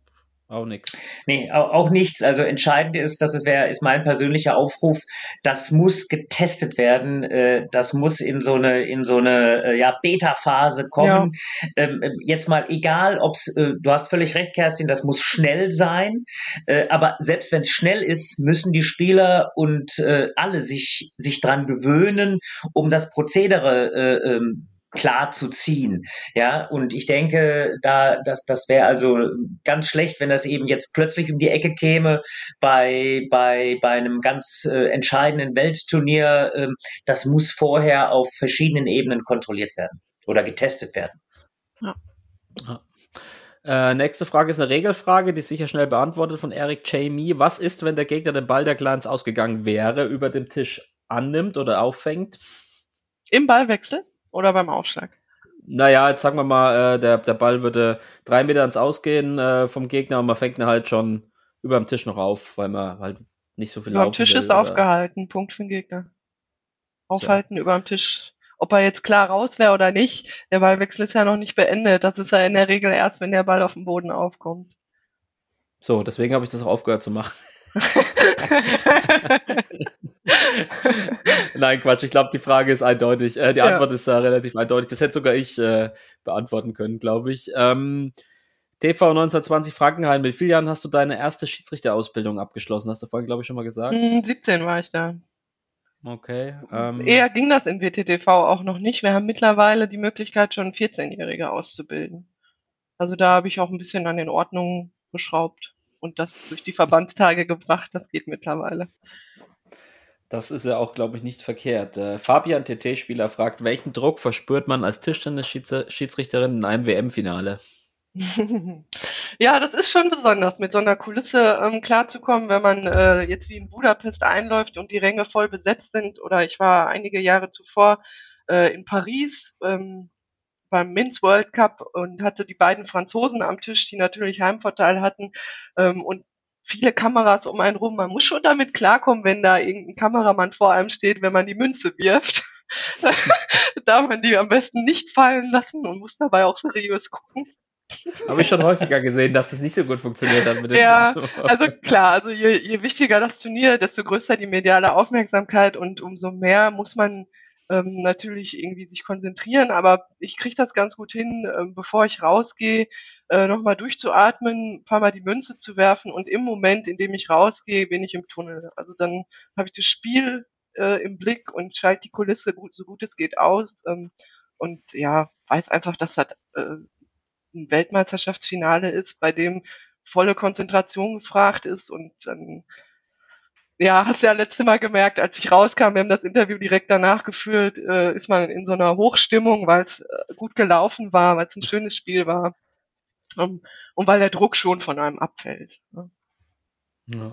Auch nichts. Nee, auch nichts. Also entscheidend ist, ist mein persönlicher Aufruf, das muss getestet werden. Das muss in so eine Beta-Phase kommen. Jetzt mal egal, du hast völlig recht, Kerstin, das muss schnell sein. Aber selbst wenn es schnell ist, müssen die Spieler und alle sich dran gewöhnen, um das Prozedere klar zu ziehen. Ja, und ich denke, das wäre also ganz schlecht, wenn das eben jetzt plötzlich um die Ecke käme bei einem ganz entscheidenden Weltturnier. Das muss vorher auf verschiedenen Ebenen kontrolliert werden oder getestet werden. Nächste Frage ist eine Regelfrage, die ist sicher schnell beantwortet von Eric Jamie. Was ist, wenn der Gegner den Ball, der klar ins Ausgegangen wäre, über dem Tisch annimmt oder auffängt? Im Ballwechsel oder beim Aufschlag? Naja, jetzt sagen wir mal, der Ball würde 3 Meter ins Ausgehen vom Gegner und man fängt ihn halt schon über dem Tisch noch auf, weil man halt nicht so viel laufen will. Über dem Tisch ist aufgehalten, Punkt für den Gegner. Aufhalten über dem Tisch. Ob er jetzt klar raus wäre oder nicht, der Ballwechsel ist ja noch nicht beendet. Das ist ja in der Regel erst, wenn der Ball auf dem Boden aufkommt. So, deswegen habe ich das auch aufgehört zu machen. Nein, Quatsch, ich glaube, die Frage ist eindeutig. Die Antwort ist da relativ eindeutig. Das hätte sogar ich beantworten können, glaube ich. TV 1920 Frankenheim, mit wie vielen Jahren hast du deine erste Schiedsrichterausbildung abgeschlossen? Hast du vorhin, glaube ich, schon mal gesagt? 17 war ich da. Okay. Eher ging das in WTTV auch noch nicht. Wir haben mittlerweile die Möglichkeit, schon 14-Jährige auszubilden. Also da habe ich auch ein bisschen an den Ordnungen geschraubt und das durch die Verbandstage gebracht. Das geht mittlerweile. Das ist ja auch, glaube ich, nicht verkehrt. Fabian TT-Spieler fragt, welchen Druck verspürt man als Tischtennis-Schiedsrichterin in einem WM-Finale? Ja, das ist schon besonders, mit so einer Kulisse klarzukommen, wenn man jetzt wie in Budapest einläuft und die Ränge voll besetzt sind. Oder ich war einige Jahre zuvor in Paris beim Men's World Cup und hatte die beiden Franzosen am Tisch, die natürlich Heimvorteil hatten und viele Kameras um einen rum. Man muss schon damit klarkommen, wenn da irgendein Kameramann vor einem steht, wenn man die Münze wirft. Darf man die am besten nicht fallen lassen und muss dabei auch seriös gucken. Habe ich schon häufiger gesehen, dass es nicht so gut funktioniert hat mit dem Ja, also klar, also je wichtiger das Turnier, desto größer die mediale Aufmerksamkeit und umso mehr muss man natürlich irgendwie sich konzentrieren, aber ich kriege das ganz gut hin, bevor ich rausgehe, nochmal durchzuatmen, ein paar Mal die Münze zu werfen und im Moment, in dem ich rausgehe, bin ich im Tunnel. Also dann habe ich das Spiel im Blick und schalte die Kulisse so gut es geht aus und ja, weiß einfach, dass das ein Weltmeisterschaftsfinale ist, bei dem volle Konzentration gefragt ist und dann, ja, hast du ja letztes Mal gemerkt, als ich rauskam, wir haben das Interview direkt danach geführt, ist man in so einer Hochstimmung, weil es gut gelaufen war, weil es ein schönes Spiel war und weil der Druck schon von einem abfällt. Ja.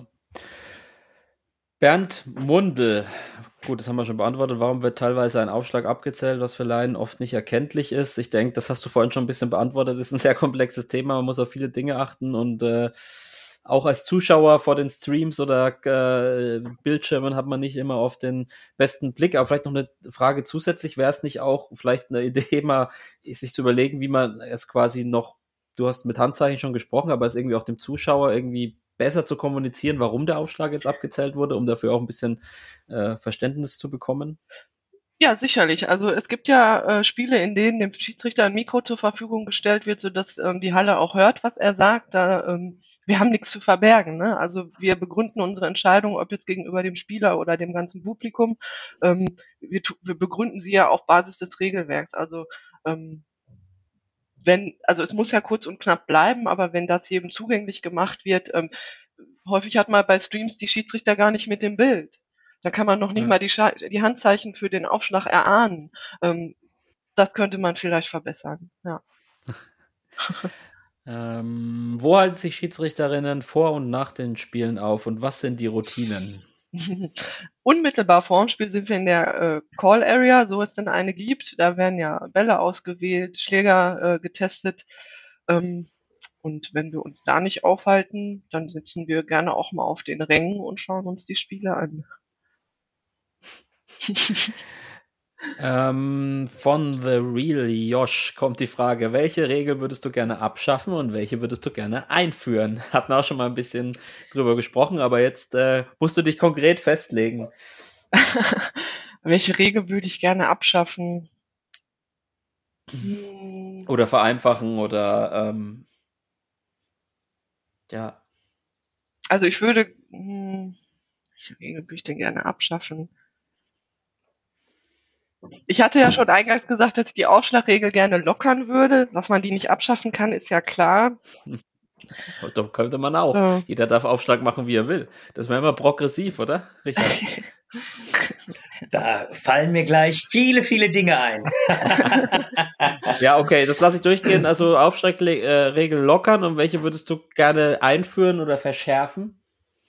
Bernd Mundel, gut, das haben wir schon beantwortet. Warum wird teilweise ein Aufschlag abgezählt, was für Laien oft nicht erkenntlich ist? Ich denke, das hast du vorhin schon ein bisschen beantwortet. Das ist ein sehr komplexes Thema. Man muss auf viele Dinge achten und auch als Zuschauer vor den Streams oder Bildschirmen hat man nicht immer auf den besten Blick. Aber vielleicht noch eine Frage zusätzlich. Wäre es nicht auch vielleicht eine Idee, mal sich zu überlegen, wie man es quasi noch, du hast mit Handzeichen schon gesprochen, aber es irgendwie auch dem Zuschauer irgendwie besser zu kommunizieren, warum der Aufschlag jetzt abgezählt wurde, um dafür auch ein bisschen Verständnis zu bekommen? Ja, sicherlich. Also es gibt ja Spiele, in denen dem Schiedsrichter ein Mikro zur Verfügung gestellt wird, sodass die Halle auch hört, was er sagt. Wir haben nichts zu verbergen. Ne? Also wir begründen unsere Entscheidung, ob jetzt gegenüber dem Spieler oder dem ganzen Publikum. Wir begründen sie ja auf Basis des Regelwerks. Also es muss ja kurz und knapp bleiben, aber wenn das jedem zugänglich gemacht wird, häufig hat man bei Streams die Schiedsrichter gar nicht mit dem Bild. Da kann man noch nicht mal die Handzeichen für den Aufschlag erahnen. Das könnte man vielleicht verbessern. Ja. Wo halten sich Schiedsrichterinnen vor und nach den Spielen auf und was sind die Routinen? Unmittelbar vor dem Spiel sind wir in der Call Area, so es denn eine gibt. Da werden ja Bälle ausgewählt, Schläger getestet. Und wenn wir uns da nicht aufhalten, dann sitzen wir gerne auch mal auf den Rängen und schauen uns die Spiele an. Von The Real Josh kommt die Frage, welche Regel würdest du gerne abschaffen und welche würdest du gerne einführen? Hatten auch schon mal ein bisschen drüber gesprochen, aber jetzt musst du dich konkret festlegen. Welche Regel würde ich gerne abschaffen? Oder vereinfachen oder ja. Also ich würde, welche Regel würde ich denn gerne abschaffen? Ich hatte ja schon eingangs gesagt, dass ich die Aufschlagregel gerne lockern würde. Dass man die nicht abschaffen kann, ist ja klar. Doch könnte man auch. Ja. Jeder darf Aufschlag machen, wie er will. Das wäre immer progressiv, oder, Richard? Da fallen mir gleich viele, viele Dinge ein. Ja, okay, das lasse ich durchgehen. Also Aufschlagregel lockern und welche würdest du gerne einführen oder verschärfen?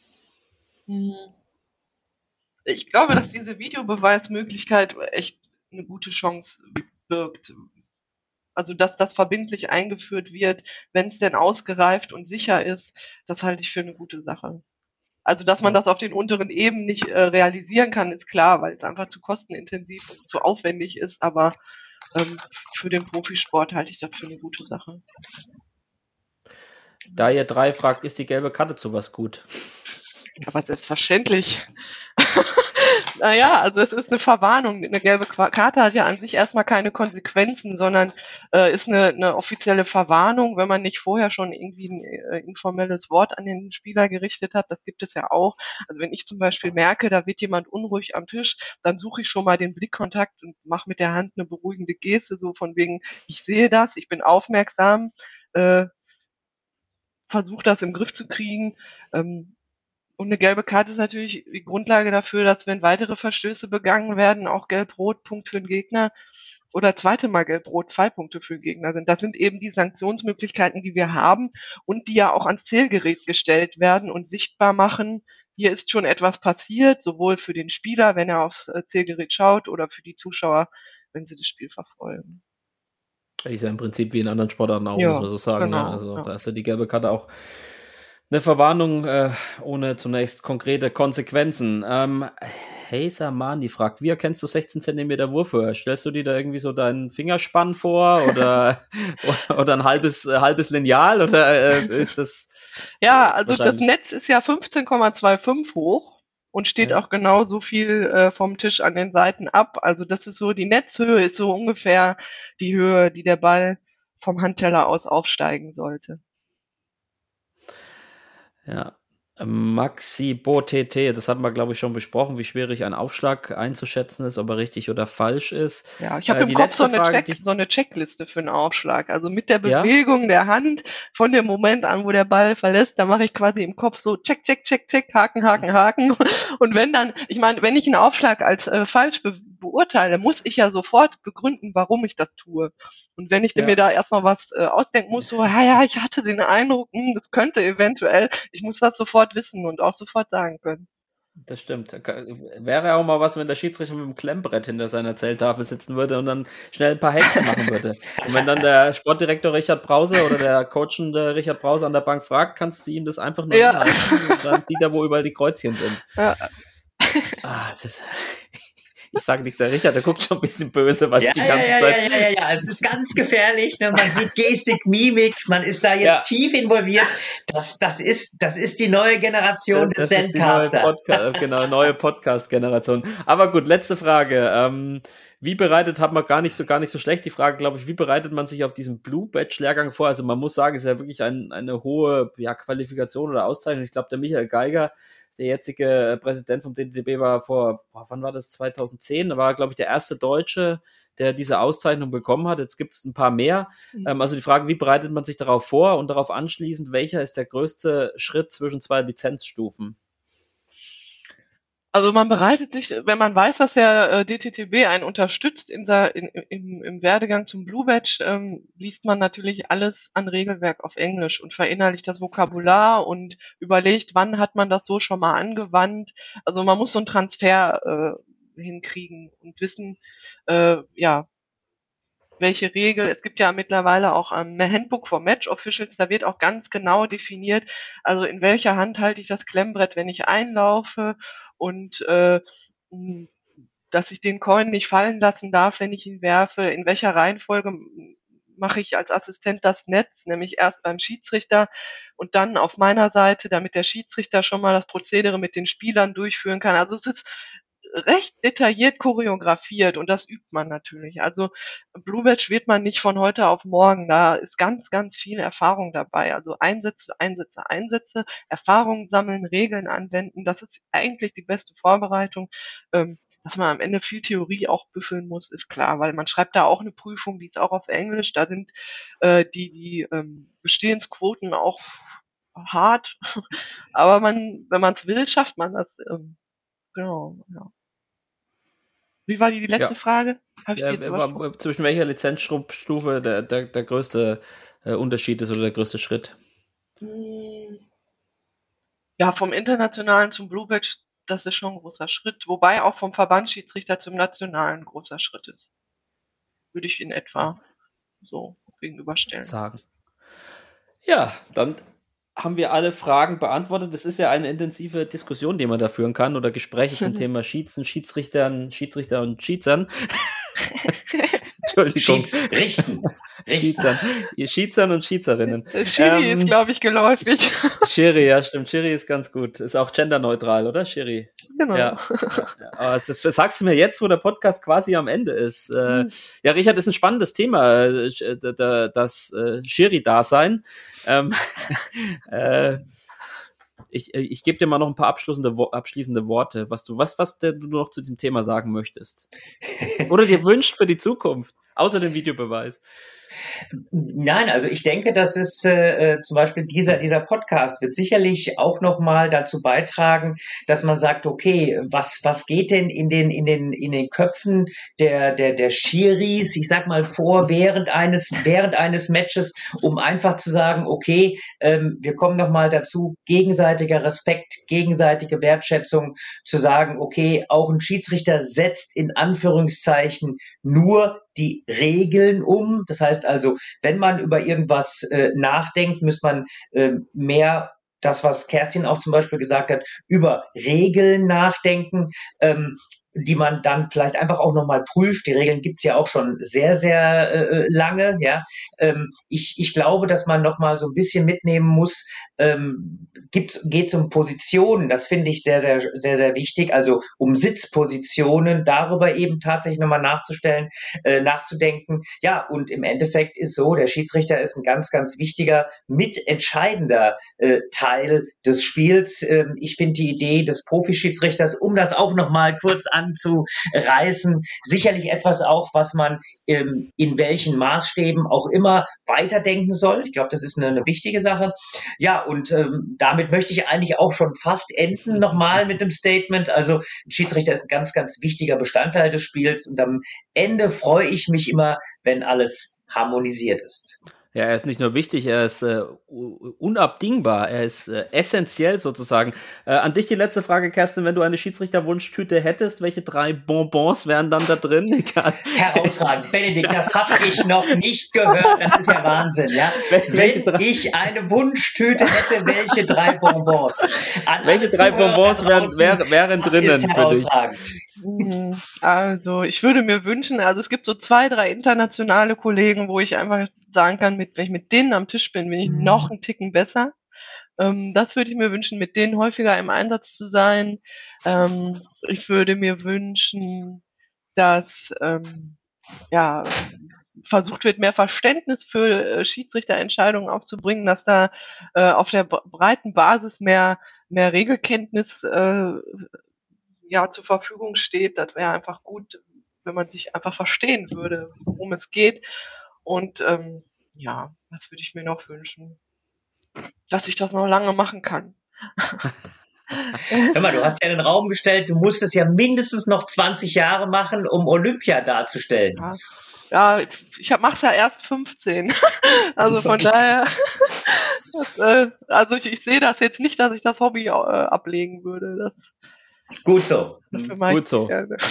Ich glaube, dass diese Videobeweismöglichkeit echt eine gute Chance birgt. Also, dass das verbindlich eingeführt wird, wenn es denn ausgereift und sicher ist, das halte ich für eine gute Sache. Also, dass man das auf den unteren Ebenen nicht realisieren kann, ist klar, weil es einfach zu kostenintensiv und zu aufwendig ist. Aber für den Profisport halte ich das für eine gute Sache. Da ihr 3 fragt, ist die gelbe Karte zu was gut? Aber selbstverständlich. Naja, also es ist eine Verwarnung. Eine gelbe Karte hat ja an sich erstmal keine Konsequenzen, sondern ist eine offizielle Verwarnung, wenn man nicht vorher schon irgendwie ein informelles Wort an den Spieler gerichtet hat. Das gibt es ja auch. Also wenn ich zum Beispiel merke, da wird jemand unruhig am Tisch, dann suche ich schon mal den Blickkontakt und mache mit der Hand eine beruhigende Geste, so von wegen, ich sehe das, ich bin aufmerksam, versuche das im Griff zu kriegen. Und eine gelbe Karte ist natürlich die Grundlage dafür, dass wenn weitere Verstöße begangen werden, auch Gelb-Rot, Punkt für den Gegner oder zweite Mal Gelb-Rot, 2 Punkte für den Gegner sind. Das sind eben die Sanktionsmöglichkeiten, die wir haben und die ja auch ans Zählgerät gestellt werden und sichtbar machen, hier ist schon etwas passiert, sowohl für den Spieler, wenn er aufs Zählgerät schaut, oder für die Zuschauer, wenn sie das Spiel verfolgen. Ist ja im Prinzip wie in anderen Sportarten auch, Ja, muss man so sagen. genau, Ne? Also ja. da ist ja die gelbe Karte auch eine Verwarnung ohne zunächst konkrete Konsequenzen. Hey Samani fragt, wie erkennst du 16 cm Wurfhöhe? Stellst du dir da irgendwie so deinen Fingerspann vor oder ein halbes Lineal oder ist das? Ja, also das wahrscheinlich- Netz ist ja 15,25 hoch und steht Ja. auch genau so viel vom Tisch an den Seiten ab. Also das ist so, die Netzhöhe ist so ungefähr die Höhe, die der Ball vom Handteller aus aufsteigen sollte. Ja. Maxi BoTT, das hatten wir, glaube ich, schon besprochen, wie schwierig ein Aufschlag einzuschätzen ist, ob er richtig oder falsch ist. Ja, ich habe im die Kopf letzte Frage, die ich- so eine Checkliste für einen Aufschlag. Also mit der Ja? Bewegung der Hand von dem Moment an, wo der Ball verlässt, da mache ich quasi im Kopf so check, check, check, check, Haken, Haken, Haken. Und wenn dann, ich meine, wenn ich einen Aufschlag als falsch beurteile, muss ich ja sofort begründen, warum ich das tue. Und wenn ich Ja. mir da erstmal was ausdenken muss, so, ja, ich hatte den Eindruck, das könnte eventuell, ich muss das sofort wissen und auch sofort sagen können. Das stimmt. Wäre auch mal was, wenn der Schiedsrichter mit dem Klemmbrett hinter seiner Zähltafel sitzen würde und dann schnell ein paar Häkchen machen würde. Und wenn dann der Sportdirektor Richard Brause oder der coachende Richard Brause an der Bank fragt, kannst du ihm das einfach nur Ja. hinhalten und dann sieht er, wo überall die Kreuzchen sind. Ja. Das ist... Ich sage nichts, der Richard, der guckt schon ein bisschen böse, weil Ja, ich die ganze Zeit... ja. Es ist ganz gefährlich. Ne? Man sieht Gestik, Mimik, man ist da jetzt tief involviert. Das ist die neue Generation des Das ist die neue Zencaster. neue Podcast-Generation. Aber gut, letzte Frage. Wie bereitet, hat man gar nicht so schlecht die Frage, glaube ich, wie bereitet man sich auf diesen Blue Badge-Lehrgang vor? Also man muss sagen, es ist ja wirklich eine hohe Qualifikation oder Auszeichnung. Ich glaube, der Michael Geiger, der jetzige Präsident vom DTB, war wann war das, 2010? Da war, glaube ich, der erste Deutsche, der diese Auszeichnung bekommen hat. Jetzt gibt es ein paar mehr. Also die Frage, wie bereitet man sich darauf vor und darauf anschließend, welcher ist der größte Schritt zwischen 2 Lizenzstufen? Also man bereitet sich, wenn man weiß, dass der DTTB einen unterstützt im Werdegang zum Blue Badge, liest man natürlich alles an Regelwerk auf Englisch und verinnerlicht das Vokabular und überlegt, wann hat man das so schon mal angewandt. Also man muss so einen Transfer hinkriegen und wissen, welche Regel. Es gibt ja mittlerweile auch ein Handbook for Match Officials, da wird auch ganz genau definiert, also in welcher Hand halte ich das Klemmbrett, wenn ich einlaufe, und dass ich den Coin nicht fallen lassen darf, wenn ich ihn werfe, in welcher Reihenfolge mache ich als Assistent das Netz, nämlich erst beim Schiedsrichter und dann auf meiner Seite, damit der Schiedsrichter schon mal das Prozedere mit den Spielern durchführen kann. Also es ist recht detailliert choreografiert und das übt man natürlich. Also Blue Badge wird man nicht von heute auf morgen. Da ist ganz, ganz viel Erfahrung dabei. Also Einsätze, Erfahrungen sammeln, Regeln anwenden. Das ist eigentlich die beste Vorbereitung. Dass man am Ende viel Theorie auch büffeln muss, ist klar, weil man schreibt da auch eine Prüfung, die ist auch auf Englisch, da sind die Bestehensquoten auch hart, aber wenn man es will, schafft man das. Genau, ja. Wie war die letzte Frage? Habe ich die jetzt übersprungen? Zwischen welcher Lizenzstufe der größte Unterschied ist oder der größte Schritt? Ja, vom internationalen zum Blue Badge, das ist schon ein großer Schritt, wobei auch vom Verbandsschiedsrichter zum nationalen ein großer Schritt ist. Würde ich in etwa so gegenüberstellen. Sagen. Ja, dann haben wir alle Fragen beantwortet. Das ist ja eine intensive Diskussion, die man da führen kann, oder Gespräche zum Thema Schiedsrichter und Schiedsern. Entschuldigung. Schiedsern und Schiedserinnen. Schiri ist, glaube ich, geläufig. Schiri, ja, stimmt. Schiri ist ganz gut. Ist auch genderneutral, oder, Schiri? Genau. Ja. Aber das sagst du mir jetzt, wo der Podcast quasi am Ende ist. Ja, Richard, ist ein spannendes Thema, das Schiri-Dasein. Ich gebe dir mal noch ein paar abschließende Worte, was du noch zu diesem Thema sagen möchtest. Oder dir wünscht für die Zukunft, außer dem Videobeweis. Nein, also ich denke, dass es zum Beispiel dieser Podcast wird sicherlich auch nochmal dazu beitragen, dass man sagt, okay, was geht denn in den Köpfen der Schiris, ich sag mal während eines Matches, um einfach zu sagen, okay, wir kommen nochmal dazu, gegenseitiger Respekt, gegenseitige Wertschätzung, zu sagen, okay, auch ein Schiedsrichter setzt in Anführungszeichen nur die Regeln um. Das heißt also, wenn man über irgendwas nachdenkt, muss man mehr, das, was Kerstin auch zum Beispiel gesagt hat, über Regeln nachdenken, die man dann vielleicht einfach auch nochmal prüft. Die Regeln gibt's ja auch schon sehr, sehr lange. Ja, ich glaube, dass man nochmal so ein bisschen mitnehmen muss, geht's um Positionen. Das finde ich sehr, sehr, sehr, sehr wichtig. Also um Sitzpositionen, darüber eben tatsächlich nochmal nachzudenken. Ja, und im Endeffekt ist so, der Schiedsrichter ist ein ganz, ganz wichtiger, mitentscheidender Teil des Spiels. Ich finde die Idee des Profischiedsrichters, um das auch nochmal kurz anzureißen, sicherlich etwas auch, was man in welchen Maßstäben auch immer weiterdenken soll. Ich glaube, das ist eine wichtige Sache. Ja, und damit möchte ich eigentlich auch schon fast enden nochmal mit dem Statement. Also ein Schiedsrichter ist ein ganz, ganz wichtiger Bestandteil des Spiels und am Ende freue ich mich immer, wenn alles harmonisiert ist. Ja, er ist nicht nur wichtig, er ist unabdingbar, er ist essentiell sozusagen. An dich die letzte Frage, Kerstin, wenn du eine Schiedsrichterwunschtüte hättest, welche 3 Bonbons wären dann da drin? Egal. Herausragend, Benedikt, das habe ich noch nicht gehört, das ist ja Wahnsinn, ja. Wenn ich eine Wunschtüte hätte, welche 3 Bonbons? Welche 3 Bonbons wären drinnen für dich? Also, ich würde mir wünschen, also es gibt so 2, 3 internationale Kollegen, wo ich einfach sagen kann, wenn ich mit denen am Tisch bin ich noch einen Ticken besser. Das würde ich mir wünschen, mit denen häufiger im Einsatz zu sein. Ich würde mir wünschen, dass versucht wird, mehr Verständnis für Schiedsrichterentscheidungen aufzubringen, dass da auf der breiten Basis mehr Regelkenntnis zur Verfügung steht. Das wäre einfach gut, wenn man sich einfach verstehen würde, worum es geht. Und was würde ich mir noch wünschen? Dass ich das noch lange machen kann. Hör mal, du hast ja in den Raum gestellt, du musstest ja mindestens noch 20 Jahre machen, um Olympia darzustellen. Ja, ich mach's ja erst 15. Also von daher, ich sehe das jetzt nicht, dass ich das Hobby ablegen würde. Gut so. Gut so.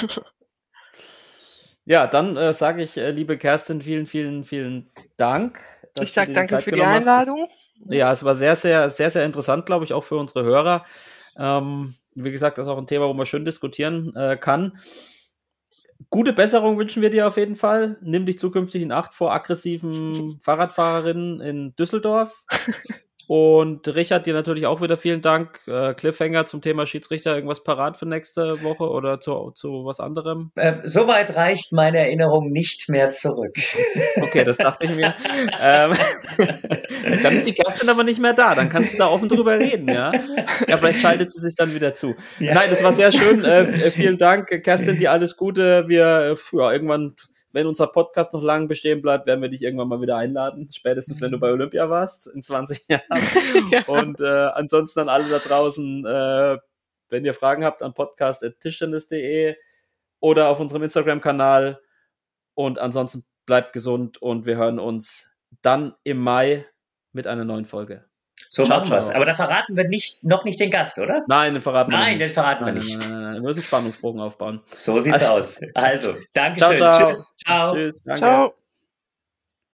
Ja, dann sage ich, liebe Kerstin, vielen, vielen, vielen Dank. Ich sage danke für die Einladung. Ja, es war sehr, sehr, sehr, sehr interessant, glaube ich, auch für unsere Hörer. Wie gesagt, das ist auch ein Thema, wo man schön diskutieren kann. gute Besserung wünschen wir dir auf jeden Fall. Nimm dich zukünftig in Acht vor aggressiven Fahrradfahrerinnen in Düsseldorf. Und Richard, dir natürlich auch wieder vielen Dank. Cliffhanger zum Thema Schiedsrichter, irgendwas parat für nächste Woche oder zu was anderem? Soweit reicht meine Erinnerung nicht mehr zurück. Okay, das dachte ich mir. Dann ist die Kerstin aber nicht mehr da. Dann kannst du da offen drüber reden, ja? Ja, vielleicht schaltet sie sich dann wieder zu. Ja. Nein, das war sehr schön. Vielen Dank, Kerstin, dir alles Gute. Wir, irgendwann, wenn unser Podcast noch lange bestehen bleibt, werden wir dich irgendwann mal wieder einladen. Spätestens, wenn du bei Olympia warst, in 20 Jahren. Ja. Und ansonsten an alle da draußen, wenn ihr Fragen habt, an podcast@tischtennis.de oder auf unserem Instagram-Kanal. Und ansonsten bleibt gesund und wir hören uns dann im Mai mit einer neuen Folge. So machen wir es. Aber da verraten wir noch nicht den Gast, oder? Nein, den verraten wir nicht. Nein, den verraten wir nicht. Nein. Wir müssen Spannungsbogen aufbauen. So sieht's aus. Also, Dankeschön. Ciao. Tschüss. Ciao. Tschüss. Danke. Ciao.